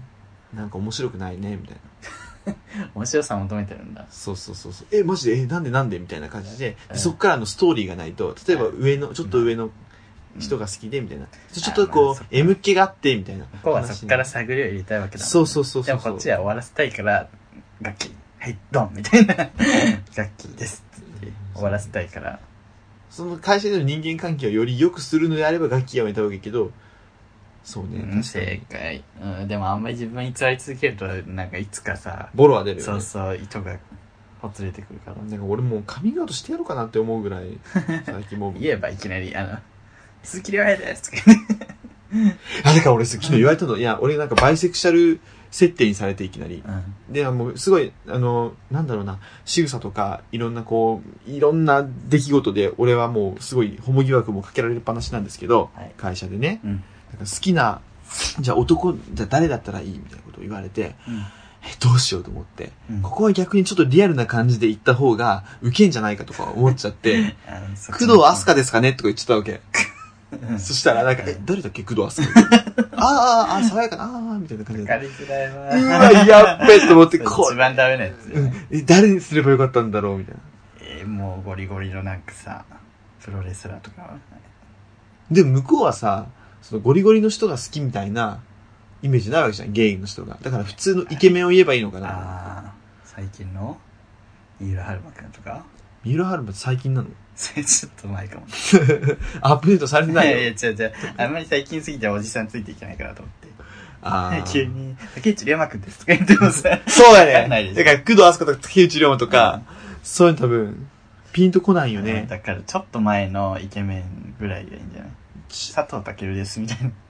なんか面白くないねみたいな面白さ求めてるんだ。 そうマジでなんでみたいな感じで、そっからのストーリーがないと、例えばちょっと上の人が好きでみたいな、ちょっとこう M 気があってみたいな、ここはそっから探りを入れたいわけだもんね。 そうでもこっちは終わらせたいからガッキーはいドンみたいなガッキーですって終わらせたいから、 その会社での人間関係をより良くするのであればガッキーはやめた方がいいけど、そうね、 正解。でもあんまり自分に偽り続けるとなんかいつかさボロは出るよね。 そう糸がほつれてくるから、 なんか俺もうカミングアウトしてやろうかなって思うぐらい最近もう言えばいきなり鈴木亮平ですとか言ってだから俺昨日言われたの、いや俺なんかバイセクシャル設定にされていきなり、でもうすごいなんだろうな、仕草とかいろんな出来事で俺はもうすごいホモ疑惑もかけられっぱなしなんですけど、会社でね、なんか好きなじゃあ誰だったらいいみたいなことを言われて、どうしようと思って、ここは逆にちょっとリアルな感じで言った方がウケんじゃないかとか思っちゃって工藤飛鳥ですかねとか言っちゃったわけ。そしたらなんか誰だっけ工藤飛鳥あ爽やかなみたいな感じで、 わかりづらいわうわやっべと思って、 一番ダメなやつ、 誰にすればよかったんだろうみたいな。 もうゴリゴリのなんかさプロレスラーとかでも向こうはさ、そのゴリゴリの人が好きみたいなイメージないわけじゃん、ゲイの人が。だから普通のイケメンを言えばいいのかな。 最近の三浦春馬くんとか。 三浦春馬って最近なの？ それちょっと前かも。 アップデートされてないよ。 いや違う。あんまり最近すぎておじさんついていけないからと思って。急に竹内涼真くんですとか言ってもさ。 そうだね。だから工藤飛鳥とか竹内涼真とか、そういうの多分ピンとこないよね。 だからちょっと前のイケメンぐらいがいいんじゃない？佐藤健ですみたいな。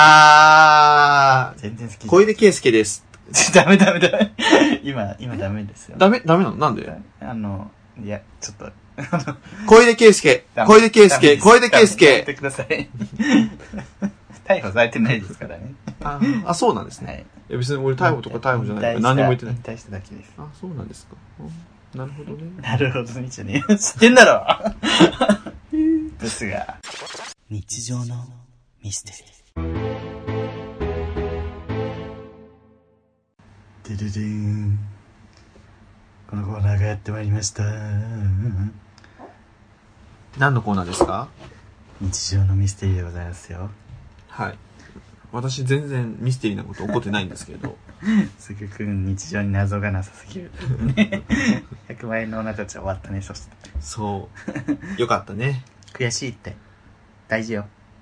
全然好き。 小出圭介です。 ダメ。今ダメですよ。 ダメなの？なんで？ いや、ちょっと。 小出圭介。 やってください。逮捕されてないですからね。 そうなんですね。いや別に俺逮捕とか逮捕じゃないから何にも言ってない。 引退しただけです。 そうなんですか。なるほどね。 なるほどね、知ってんだろですが。日常のミステリー。でででーん。このコーナーがやってまいりました。 何のコーナーですか？ 日常のミステリーでございますよ。 はい。私全然ミステリーなこと起こってないんですけど。 すぐくん日常に謎がなさすぎる。100万円の女たちは終わったね、そして。 そう。よかったね。 悔しいって。大事よ。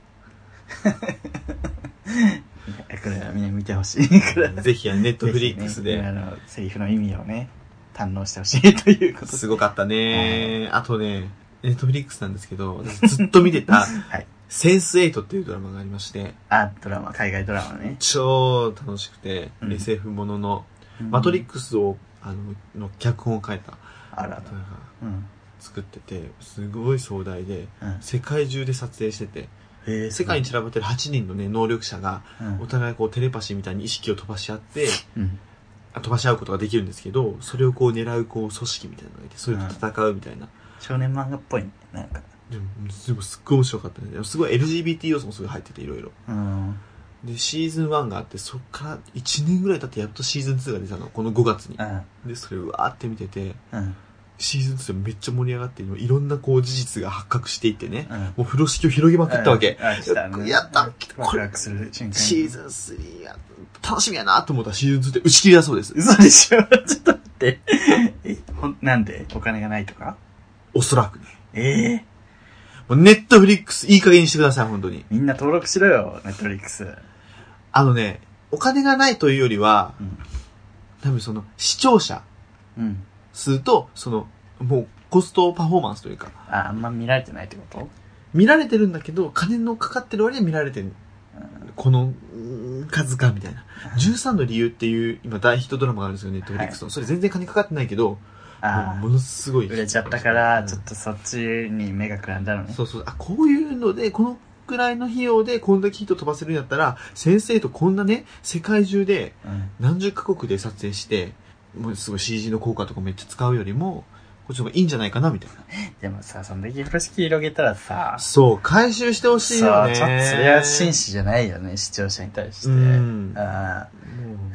これはみんな見てほしいから。 ぜひネットフリックスで、 セリフの意味をね、堪能してほしいということで。 すごかったね。あとね、ネットフリックスなんですけど、私ずっと見てた、はい、センス8っていうドラマがありまして。 海外ドラマね。 超楽しくて、SF ものの、マトリックスを、の脚本を書いた、作ってて、すごい壮大で、世界中で撮影してて、世界に散らばってる8人のね、能力者が、お互いこうテレパシーみたいに意識を飛ばし合って、飛ばし合うことができるんですけど、それをこう狙うこう組織みたいなのがいて、それと戦うみたいな。 少年漫画っぽいね、なんか。 でもすっごい面白かったね。すごい LGBT 要素もすごい入ってて、いろいろ。で、シーズン1があって、そっから1年ぐらい経ってやっとシーズン2が出たの、この5月に。で、それをわーって見てて、シーズン2めっちゃ盛り上がって、いろんなこう事実が発覚していってね、もう風呂敷を広げまくったわけ。やったこれ、シーズン3が楽しみやなと思ったらシーズン2で打ち切りだそうです。 嘘でしょ？ちょっと待って。なんで？お金がないとか？ おそらくね。もうネットフリックスいい加減にしてください、本当に。 みんな登録しろよ、ネットフリックス。 お金がないというよりは、多分その視聴者数と、もうコストパフォーマンスというか。 あんま見られてないってこと？ 見られてるんだけど、金のかかってる割には見られてる。この数かみたいな。13の理由っていう今大ヒットドラマがあるんですよ、ネットフリックスの。それ全然金かかってないけど、ものすごい売れちゃったから、ちょっとそっちに目がくらんだろうね。 そう。こういうので、このくらいの費用でこんだけヒット飛ばせるんだったら、先生とこんなね、世界中で何十カ国で撮影して、もうすごい CG の効果とかめっちゃ使うよりも、こっちの方がいいんじゃないかなみたいな。 でもさ、そんだけ風呂敷広げたらさ、 そう、回収してほしいよね。 そう、ちょっとそれは紳士じゃないよね、視聴者に対して。風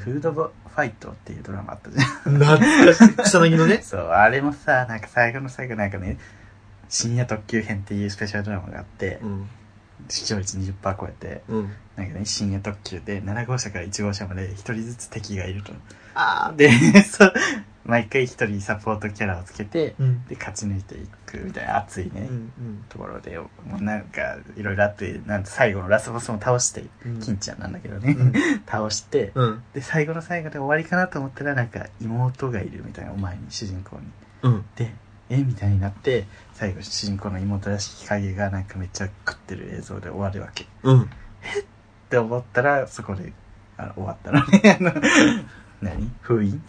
フードファイトっていうドラマあったじゃん。 懐かしい。草薙のね。 そう、あれもさ、なんか最後の最後なんかね、深夜特急編っていうスペシャルドラマがあって、視聴率 20% 超えて、なんかね、深夜特急で7号車から1号車まで1人ずつ敵がいると。で、毎回1人サポートキャラをつけて、で、勝ち抜いていくみたいな熱いね、ところで、もうなんか、いろいろあって、なんと最後のラスボスも倒して、金ちゃんなんだけどね、倒して、で、最後の最後で終わりかなと思ったら、なんか、妹がいるみたいな、お前に、主人公に。で、みたいになって、最後、主人公の妹らしき影がなんかめっちゃ食ってる映像で終わるわけ。って思ったら、そこで、終わったのね。封印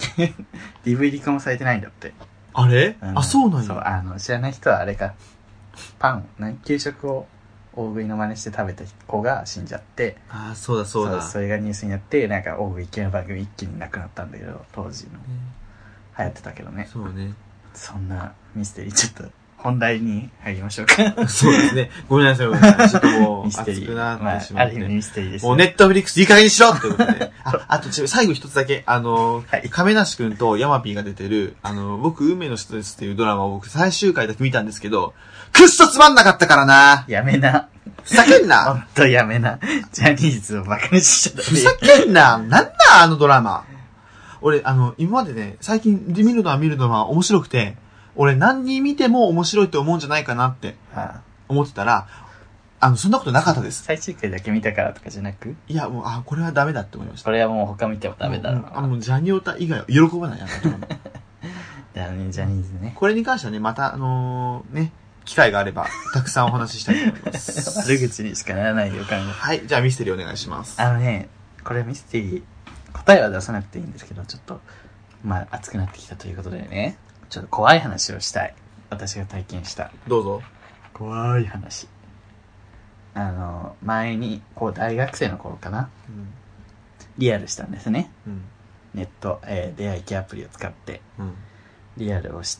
DVD 化もされてないんだって。 あれそうなんや。 そう、知らない人はあれか、給食を大食いの真似して食べた子が死んじゃって、 そうだ。それがニュースになって、なんか大食い系の番組一気になくなったんだけど、当時の。流行ってたけどね。 そうね。 そんなミステリー、ちょっと、本題に入りましょうか。 そうですね。ごめんなさい。ちょっともう、熱くなってしまって。 ある意味ミステリーです。 もうネットフリックスいい加減にしろってことで。あと、最後一つだけ、亀梨くんとヤマピーが出てる、僕、運命の人ですっていうドラマを僕、最終回だけ見たんですけど、くっそつまんなかったからな。 やめな。 ふざけんな。 ほんとやめな。ジャニーズをバカにしちゃった。 ふざけんな。なんだ、あのドラマ。俺、今までね、最近見るのは面白くて、俺何人見ても面白いって思うんじゃないかなって思ってたら、そんなことなかったです。 最終回だけ見たからとかじゃなく？ いや、もう、これはダメだって思いました。 これはもう他見てもダメだろう。 もうジャニオタ以外は喜ばないやつ。 だね、ジャニーズね。 これに関してはね、また、機会があれば、たくさんお話ししたいと思います。 悪口にしかならない予感が。 はい、じゃあミステリーお願いします。 これミステリー、答えは出さなくていいんですけど、ちょっと、熱くなってきたということでね、ちょっと怖い話をしたい。私が体験した。 どうぞ。 怖い話。前に、大学生の頃かな。リアルしたんですね。ネット、出会い系アプリを使って、リアルをして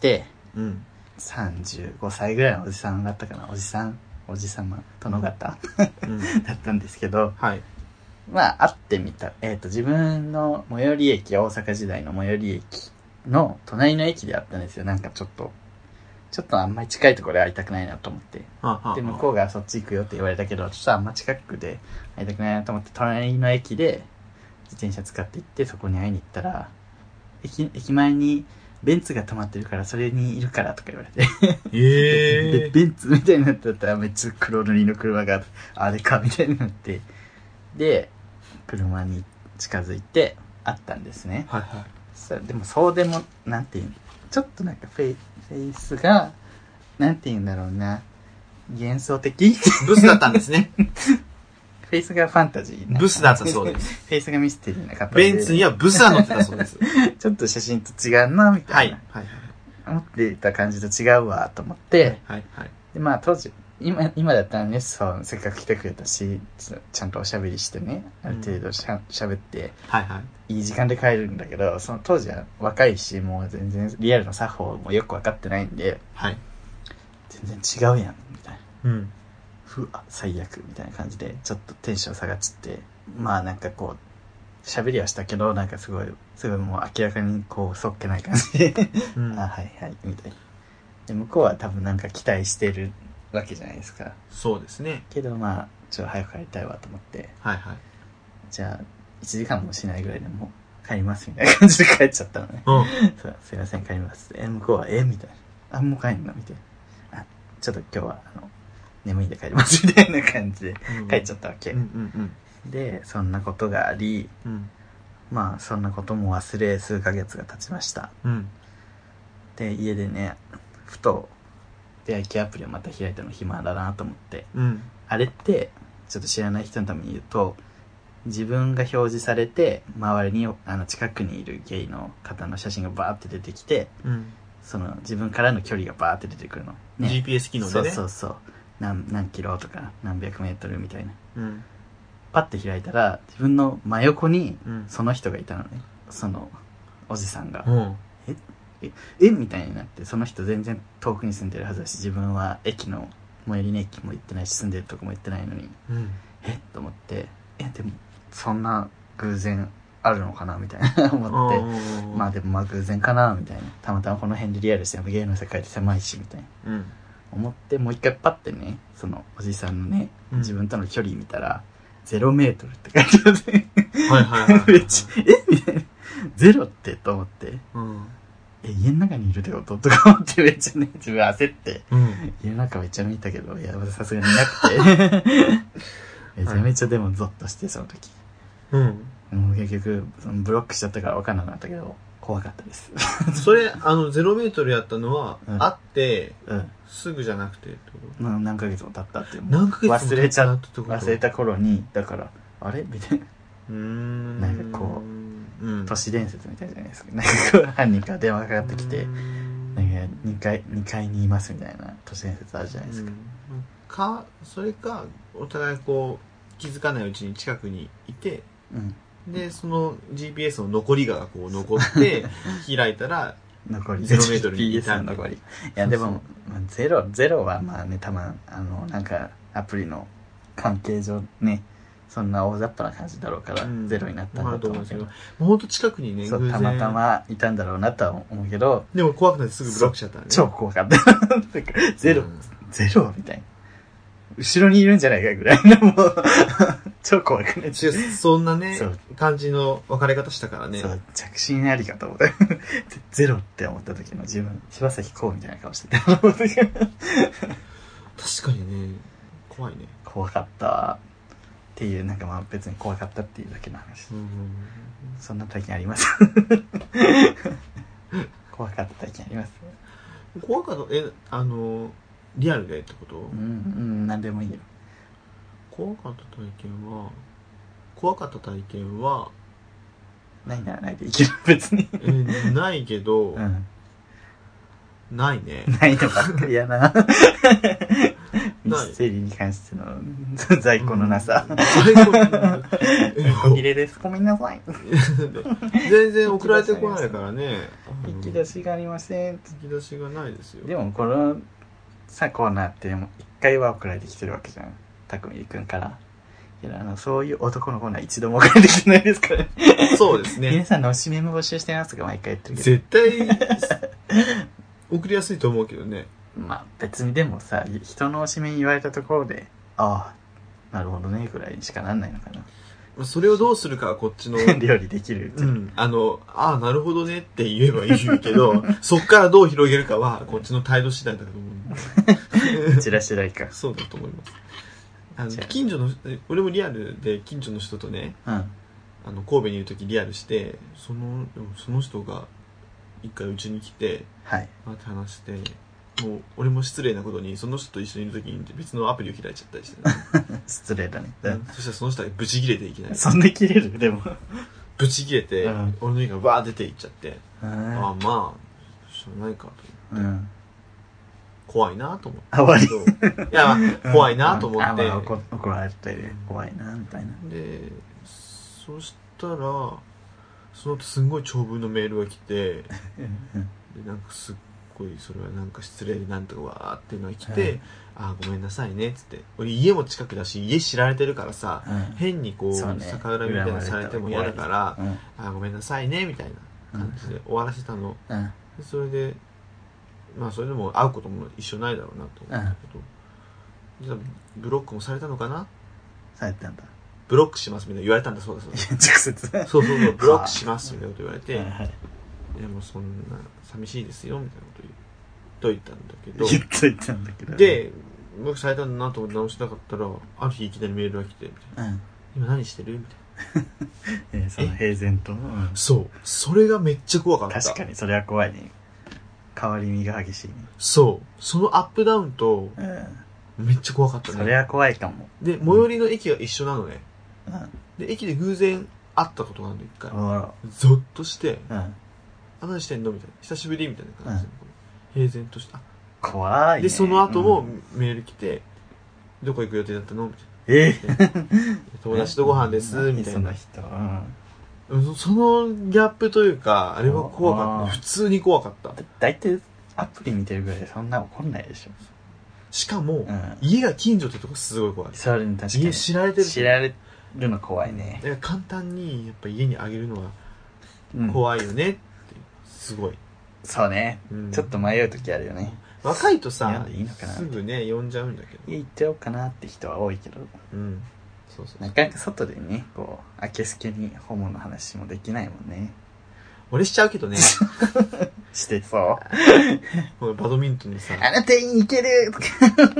、35歳ぐらいのおじさんだったかな。おじさま、殿方だったんですけど、会ってみた。自分の最寄り駅、大阪時代の最寄り駅の隣の駅で会ったんですよ。なんかちょっとあんまり近いところで会いたくないなと思って。で、向こうがそっち行くよって言われたけど、ちょっとあんま近くで会いたくないなと思って、隣の駅で自転車使って行って、そこに会いに行ったら、駅前にベンツが止まってるからそれにいるからとか言われて。で、ベンツみたいになってたらめっちゃ黒塗りの車があれかみたいになって、で、車に近づいて会ったんですね。でもそうでも、なんていうの、ちょっとなんかフェイスが、なんていうんだろうな、幻想的ブスだったんですね。 フェイスがファンタジーな。 ブスだったそうです。 フェイスがミステリーな方で。ベンツにはブスが乗ってたそうです。 ちょっと写真と違うな、みたいな。思っていた感じと違うわ、と思って。で、当時、今だったらね、せっかく来てくれたし、ちゃんとおしゃべりしてね、ある程度喋って、いい時間で帰るんだけど、その当時は若いし、もう全然リアルの作法もよく分かってないんで、全然違うやん、みたいな。最悪、みたいな感じで、ちょっとテンション下がっちゃって、なんか喋りはしたけど、なんかすごいもう明らかにそっけない感じで、みたいな。で、向こうは多分なんか期待してるわけじゃないですか。 そうですね。 けどちょっと早く帰りたいわと思って、じゃあ1時間もしないぐらいでもう帰りますみたいな感じで帰っちゃったのね。すいません帰ります。向こうはみたいな。もう帰んのみたいな。ちょっと今日は眠いんで帰りますみたいな感じで帰っちゃったわけ。で、そんなことがあり、そんなことも忘れ数ヶ月が経ちました。で、家でね、ふと出会い系アプリをまた開いたの暇だなと思って、あれってちょっと知らない人のために言うと、自分が表示されて周りに近くにいるゲイの方の写真がバーって出てきて、その自分からの距離がバーって出てくるの、 ね、GPS 機能でね。 そう何キロとか何百メートルみたいな、パッて開いたら自分の真横にその人がいたのね、そのおじさんが、みたいになって、その人全然遠くに住んでるはずだし、自分は駅の最寄りの駅も行ってないし、住んでるとこも行ってないのに、と思って、でもそんな偶然あるのかなみたいな思ってまあでもまあ偶然かなみたいなたまたまこの辺でリアルしても芸の世界って狭いしみたいな、思ってもう一回パッてねそのおじさんのね自分との距離見たら、0メートルって書いてあってめっちゃみたいな0ってと思って、家の中にいるってこととか思ってめっちゃね自分焦って、家の中めっちゃ見たけどいやさすがにいなくてめちゃめちゃでもゾッとしてその時、もう結局そのブロックしちゃったから分かんなくなったけど怖かったですそれ0メートルやったのは、あって、すぐじゃなくてってこと？ 何ヶ月も経ったっていう何ヶ月も忘れちゃった忘れた頃にだからあれみたいななんかこう、都市伝説みたいじゃないですかなんかこう犯人から電話かかってきてなんか2階にいますみたいな都市伝説あるじゃないですか、 それかお互いこう気づかないうちに近くにいて、でその GPS の残りがこう残って開いたら残り 0メートルにいた GPS の残りいやでもゼロはまあね多分なんかアプリの関係上ねそんな大雑把な感じだろうからゼロになったんだと思うけど、 ほんと近くにねそうたまたまいたんだろうなとは思うけどでも怖くなってすぐブロックしちゃったね超怖かったゼロみたいな後ろにいるんじゃないかぐらいのもう超怖くねそんなね感じの分かれ方したからねそう着信ありかと思ったゼロって思った時の自分柴咲コウみたいな顔してた確かにね怖いね怖かったっていうなんかまあ別に怖かったっていうだけの話、そんな体験あります怖かった体験あります怖かったリアルでってこと？ 何でもいいよ。 怖かった体験はないならないでいける別にないけど、ないねないのばっかりやなミステリーに関しての在庫のなさ、小切れですごめんなさい全然送られてこないからね引き出しがありません引き出しがないですよ。 でもこのさコーナーって1回は送られてきてるわけじゃんたくみくんから。いやそういう男の子は一度も送られてきてないですからそうですね皆さんのおしめも募集してますが毎回言ってるけど絶対送りやすいと思うけどね。 まあ別にでもさ人のおしめに言われたところでああなるほどねぐらいにしかなんないのかな。 それをどうするかはこっちの料理できるああなるほどねって言えばいいけどそっからどう広げるかはこっちの態度次第だと思うチラシ代かそうだと思います。近所の俺もリアルで近所の人とね、神戸にいる時リアルしてその人が一回うちに来てって話して、もう俺も失礼なことにその人と一緒にいる時に別のアプリを開いちゃったりして、 失礼だね、 そしたらその人がブチ切れていきなりそんな切れるでもブチ切れて、俺の家がバー出ていっちゃって、まあしょうがないかと思って、怖いなと思っていや、怖いなと思って、 怒られて怖いなみたいな。 でそしたらその後すんごい長文のメールが来てでなんかすっごいそれはなんか失礼でなんとかわーっていうのが来て、ごめんなさいねっつって、俺家も近くだし家知られてるからさ、変にこう逆恨みみたいなされても嫌だから、ごめんなさいねみたいな感じで終わらせたの、でそれでまあそれでも会うことも一緒ないだろうなと思ったけど、じゃあブロックもされたのかな。 されたんだ。 ブロックしますみたいな言われたんだそうです。 直接そうブロックしますみたいなこと言われて、いやもうそんな寂しいですよみたいなこと言ったんだけど、 言ったんだけど、 で僕されたんだなと思って直しなかったらある日いきなりメールが来てみたいな、今何してるみたいなその平然と、 そうそれがめっちゃ怖かった。 確かにそれは怖いね。変わり身が激しいね。 そうそのアップダウンと、めっちゃ怖かったね。 それは怖いかも。 で最寄りの駅が一緒なのね、で駅で偶然会ったことがあるの一回、ゾッとして、何してんのみたいな、久しぶりみたいな感じで、平然とした怖いね。 でその後もメール来て、どこ行く予定だったのみたいな、友達とご飯ですみたいな人、 そのギャップというかあれは怖かった。普通に怖かった。 だいたいアプリ見てるぐらいでそんな怒んないでしょ。 しかも、家が近所ってとこすごい怖い。 それ確かに家知られてる。 るの怖いね。 簡単にやっぱ家にあげるのは怖いよねって、すごい。 そうね、ちょっと迷う時あるよね。 若いとさ、 いいのかな、 すぐね呼んじゃうんだけど。 行っちゃおうかなって人は多いけど。そうそう。なかなか外でね、こう明けすけにホモの話もできないもんね。 俺しちゃうけどね。 してそう。 バドミントンでさ、 あなたに行けるとか。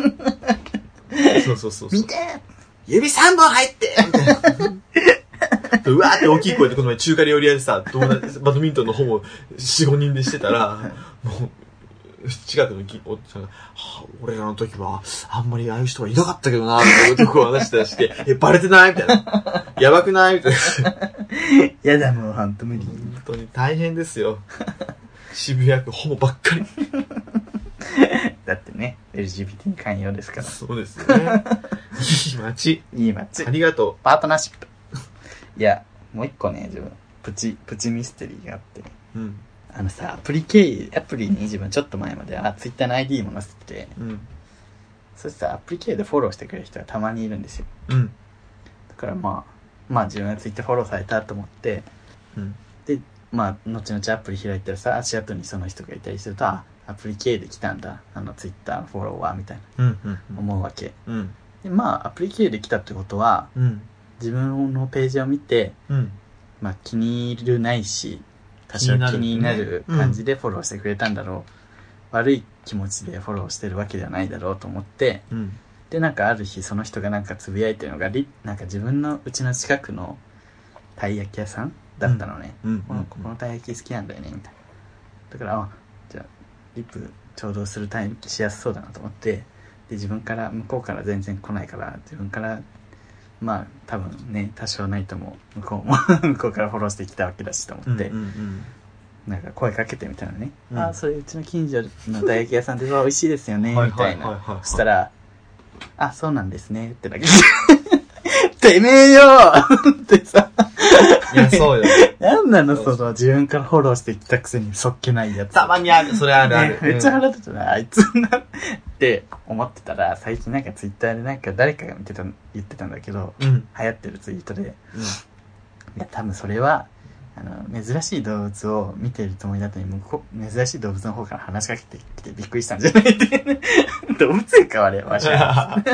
そう。 見て指3本入ってみたいな。うわーって大きい声でこの前中華料理屋でさ、バドミントンのホモ 4,5 人でしてたら、もう、近くのおっちゃんが、俺らの時は、あんまりああいう人はいなかったけどなーみたいなことを話してたして、バレてないみたいな。やばくないみたいな。 やだもう、ほんと無理。 本当に大変ですよ。渋谷区ホモばっかり。 だってね、LGBT 寛容ですから。 そうですよね。いい街。 いい街。 ありがとう。 パートナーシップ。いや、もう一個ね、自分、プチミステリーがあって。さ、アプリに自分ちょっと前まで、Twitter の ID も載せてて、そしてさ、アプリ経由でフォローしてくれる人がたまにいるんですよ。だからまあ自分が Twitter フォローされたと思って、で、後々アプリ開いたらさ、足跡にその人がいたりすると、アプリ経由で来たんだ、Twitter のフォロワーみたいな、思うわけ。で、アプリ経由で来たってことは、自分のページを見て、気に入るないし、多少気になる感じでフォローしてくれたんだろう。悪い気持ちでフォローしてるわけではないだろうと思って、で、ある日その人がつぶやいてるのが、自分のうちの近くのたい焼き屋さんだったのね。このたい焼き好きなんだよね、みたいな。だから、じゃあ、リップちょうどしやすそうだなと思って、で、自分から、向こうから全然来ないから、自分から、多分ね、多少ないとも向こうからフォローしてきたわけだしと思って、声かけてみたらね、それうちの近所の大焼き屋さんで美味しいですよね、みたいな。そしたら、そうなんですね、ってだけてめえよってさ。 いや、そうよ。 なんなの、自分からフォローしてきたくせにそっけないやつ。 たまにある、それあるある。 めっちゃ腹立つな、あいつなって思ってたら、最近ツイッターで誰かが言ってたんだけど、流行ってるツイートで、いや、多分それは、珍しい動物を見てるつもりだったのに、珍しい動物の方から話しかけてきてびっくりしたんじゃないって。動物園か、あれ、わしは。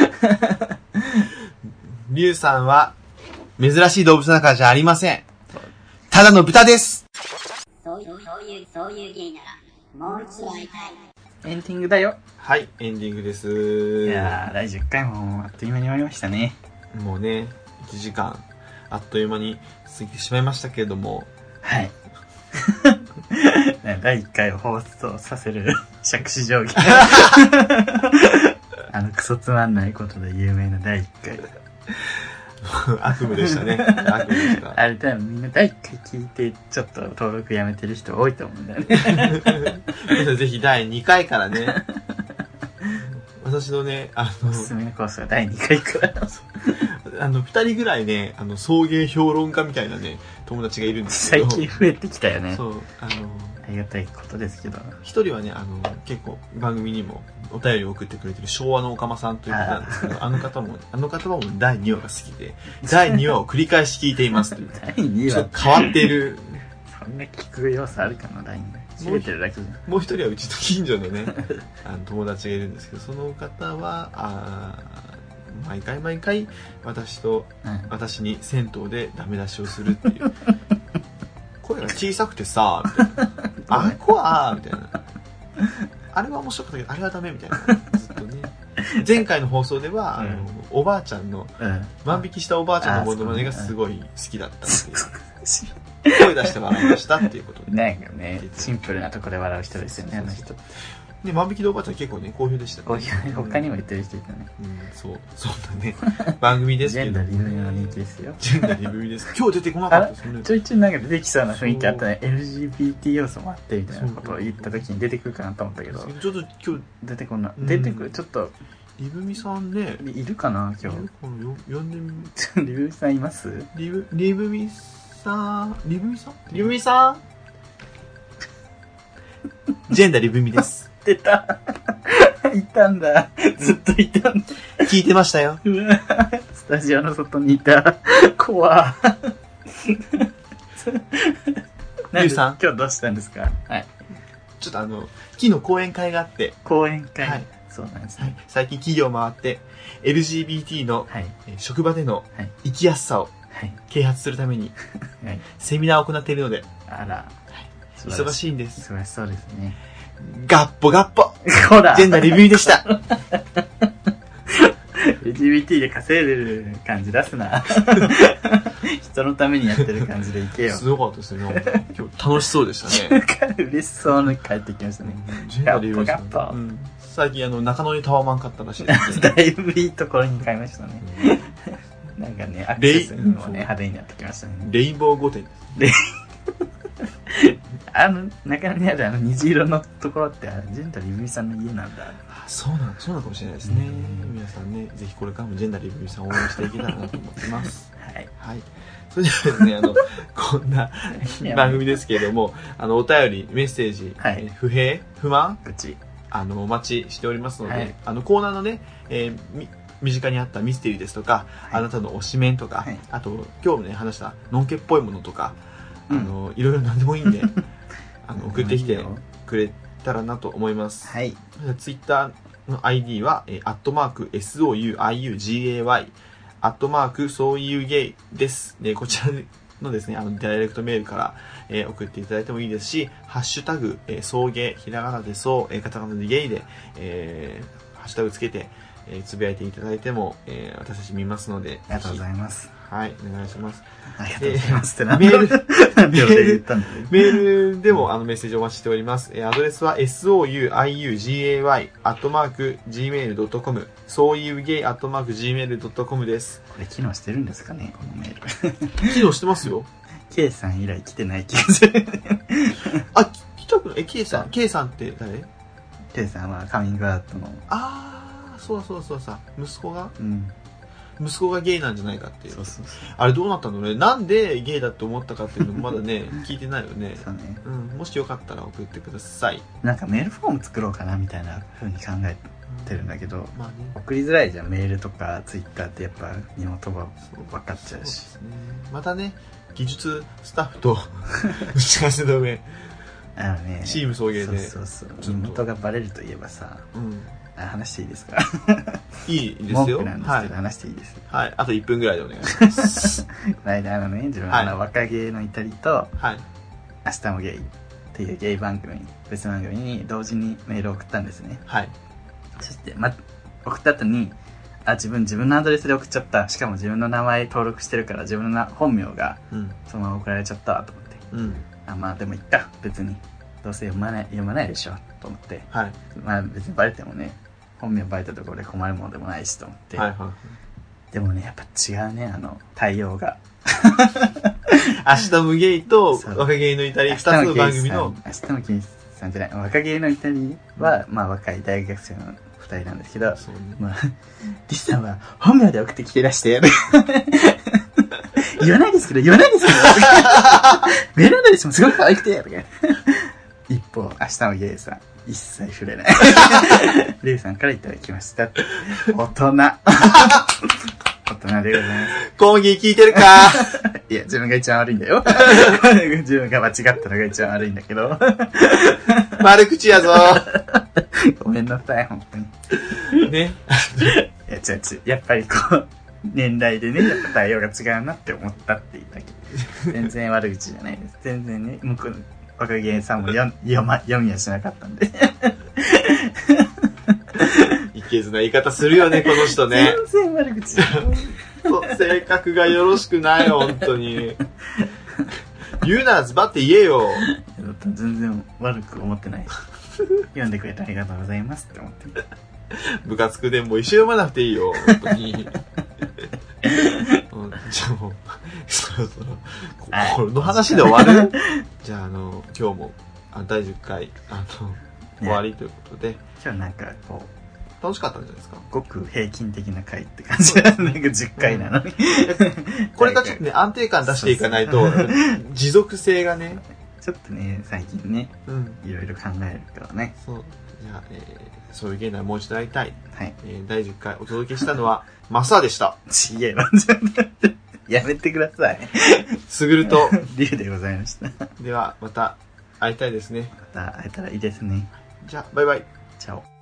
リュウさんは、珍しい動物の中じゃありません。ただの豚です。 そういう芸なら、もう一度会いたい。 エンディングだよ。 はい、エンディングです。 いやー、第10回もあっという間に終わりましたね。 もうね、1時間、あっという間に過ぎてしまいましたけれども。 はい。第1回を放送させる杓子定規。クソつまんないことで有名な第1回。 悪夢でしたね。悪夢でした。 あれ多分みんな第1回聞いてちょっと登録やめてる人多いと思うんだよね。 ぜひ第2回からね。私のね、 おすすめのコースが第2回から。 2人ぐらいね、送迎評論家みたいなね、友達がいるんですけど。 最近増えてきたよね。 そう、 ありがたいことですけど。 一人はね、結構番組にもお便りを送ってくれてる昭和のおかまさんという方なんですけど、あの方も第2話が好きで、第2話を繰り返し聞いていますという。 第2話ちょっと変わっている。 そんな聞く要素あるかな、第2話。知れてるだけじゃん。 もう一人はうちの近所のね、友達がいるんですけど、その方は、毎回私に銭湯でダメ出しをするっていう。声が小さくてさ、みたいな。あっこはみたいな。あれは面白かったけど、あれはダメみたいな。ずっとね。前回の放送では、おばあちゃんの、万引きしたおばあちゃんのモノマネがすごい好きだったっていう。声出して笑いましたっていうことで。 なんかね、シンプルなところで笑う人ですよね、あの人。 で、万引きのおばあちゃん結構ね、好評でしたね。 好評、他にも言ってる人いたね。 そうだね。番組ですけど。 ジェンダーリブミの人気ですよ。 ジェンダーリブミです。今日出てこなかったですね。 ちょいちょい出てきそうな雰囲気あったね。LGBT 要素もあってみたいなことを言った時に出てくるかなと思ったけど。 ちょっと今日出てこない。出てくる、ちょっと。 リブミさんね。 いるかな今日。 呼んでみリブミさんいます？ リブミさんジェンダーリブミです。 出た。いたんだ。ずっといたんだ。 聞いてましたよ。 うわスタジオの外にいた。怖ゆうさん、 今日どうしたんですか？はい。 ちょっと昨日講演会があって。 講演会、 はい。 そうなんですね。はい、最近企業回って、LGBT の、はい、職場での生きやすさを啓発するために、はい、セミナーを行っているので、 あら、はい、 忙しいんです。 忙しそうですね。 ガッポガッポほらジェンダーレビューでした。 LGBT で稼いでる感じ出すな。人のためにやってる感じでいけよ。 すごかったですね。今日楽しそうでしたね。嬉しそうに帰ってきましたね。 ジェンダーレビューでしたね。うん、最近中野にタワマン買ったらしいです、 ね。だいぶいいところに買いましたね。なんかね、アクセスにもね、派手になってきましたね。 レインボー御殿です。 中野にある虹色のところってジェンダーリブイさんの家なんだ。 そうなのかもしれないですね。皆さんね、ぜひこれからもジェンダーリブイさんを応援していけたらなと思ってます。 はい。 はい。それではですね、こんな番組ですけれども、お便り、メッセージ、はい、不平、不満、お待ちしておりますので、はい、コーナーのね、身近にあったミステリーですとか、はい、あなたの推しメンとか、はい、あと、今日ね、話したのんけっぽいものとか、いろいろ何でもいいんで、送ってきてくれたらなと思います。 はい。 ツイッターの ID は、@SOUIUGAY、@SOUGAY です。で、こちらのですね、ダイレクトメールから、送っていただいてもいいですし、ハッシュタグ、送迎、ひらがなでそう、カタカナでゲイで、ハッシュタグつけて、つぶやいていただいても、私たち見ますので。 ありがとうございます。 はい、お願いします。 ありがとうございますってメールでもメッセージお待ちしております。アドレスは souiugay@gmail.com、sougay@gmail.com です。 これ機能してるんですかね、このメール。 機能してますよ。 K さん以来来てない気がする。 あ、来たくない？ K さんって誰？ K さんはカミングアウトの。 そう息子が、息子がゲイなんじゃないかっていう。そうあれどうなったのね。なんでゲイだと思ったかっていうのもまだね聞いてないよね。 そうね。 もしよかったら送ってください。 なんかメールフォーム作ろうかなみたいな風に考えてるんだけど、まあね、送りづらいじゃん。メールとかツイッターってやっぱ身元が分かっちゃうし。そうですね。 またね、技術スタッフと打ち合わせの上。チーム送迎で。 そう。身元がバレるといえばさ。話していいですか？ いいですよ。 文句なんですけど、話していいです。 はい。あと1分ぐらいでお願いします。 この間自分若芸の至りと、明日もゲイっていうゲイ番組、別番組に同時にメールを送ったんですね。 はい。 そして、送った後に、自分のアドレスで送っちゃった。しかも自分の名前登録してるから、自分の本名が、そのまま送られちゃったと思って。でもいっか、別に。どうせ読まないでしょ、と思って。はい。別にバレてもね、本名バレたところで困るものでもないしと思って。でもね、やっぱ違うね、対応が。 明日もゲイと若芸のイタリー2つの番組の。 明日もゲイさんじゃない、若芸のイタリーは、若い大学生の2人なんですけど、リスさんは本名で送ってきてらして、言わないですけど、メールアドレスもすごく可愛くて、とか。一方、明日もゲイさん、一切触れない。レイさんからいただきました。大人。大人でございます。 講義聞いてるか？ いや、自分が一番悪いんだよ。自分が間違ったのが一番悪いんだけど。 悪口やぞ。 ごめんなさい、本当に。ね。いや、違う。やっぱり年代でね、やっぱ対応が違うなって思ったって言ったけど。全然悪口じゃないです。全然ね、向こう、若芸さんも読みはしなかったんで。 いけずな言い方するよね、この人ね。 全然悪口じゃない。 性格がよろしくない、本当に。言うならズバって言えよ。 全然悪く思ってない。読んでくれてありがとうございますって思って。 部活でも一緒読まなくていいよ、本当に。じゃあもう、そろそろ、この話で終わる？じゃあ今日も、第10回、終わりということで。 今日なんか楽しかったんじゃないですか？ ごく平均的な回って感じ。なんか10回なのに。 これからちょっとね、安定感出していかないと、持続性がね。 ちょっとね、最近ね、いろいろ考えるからね。 そう。じゃあ、そういう芸ならもう一度会いたい。 はい。 第10回お届けしたのはマサでした。 ちげえな。やめてください。 すぐるとリュウでございました。 ではまた会いたいですね。 また会えたらいいですね。 じゃあバイバイ。 チャオ。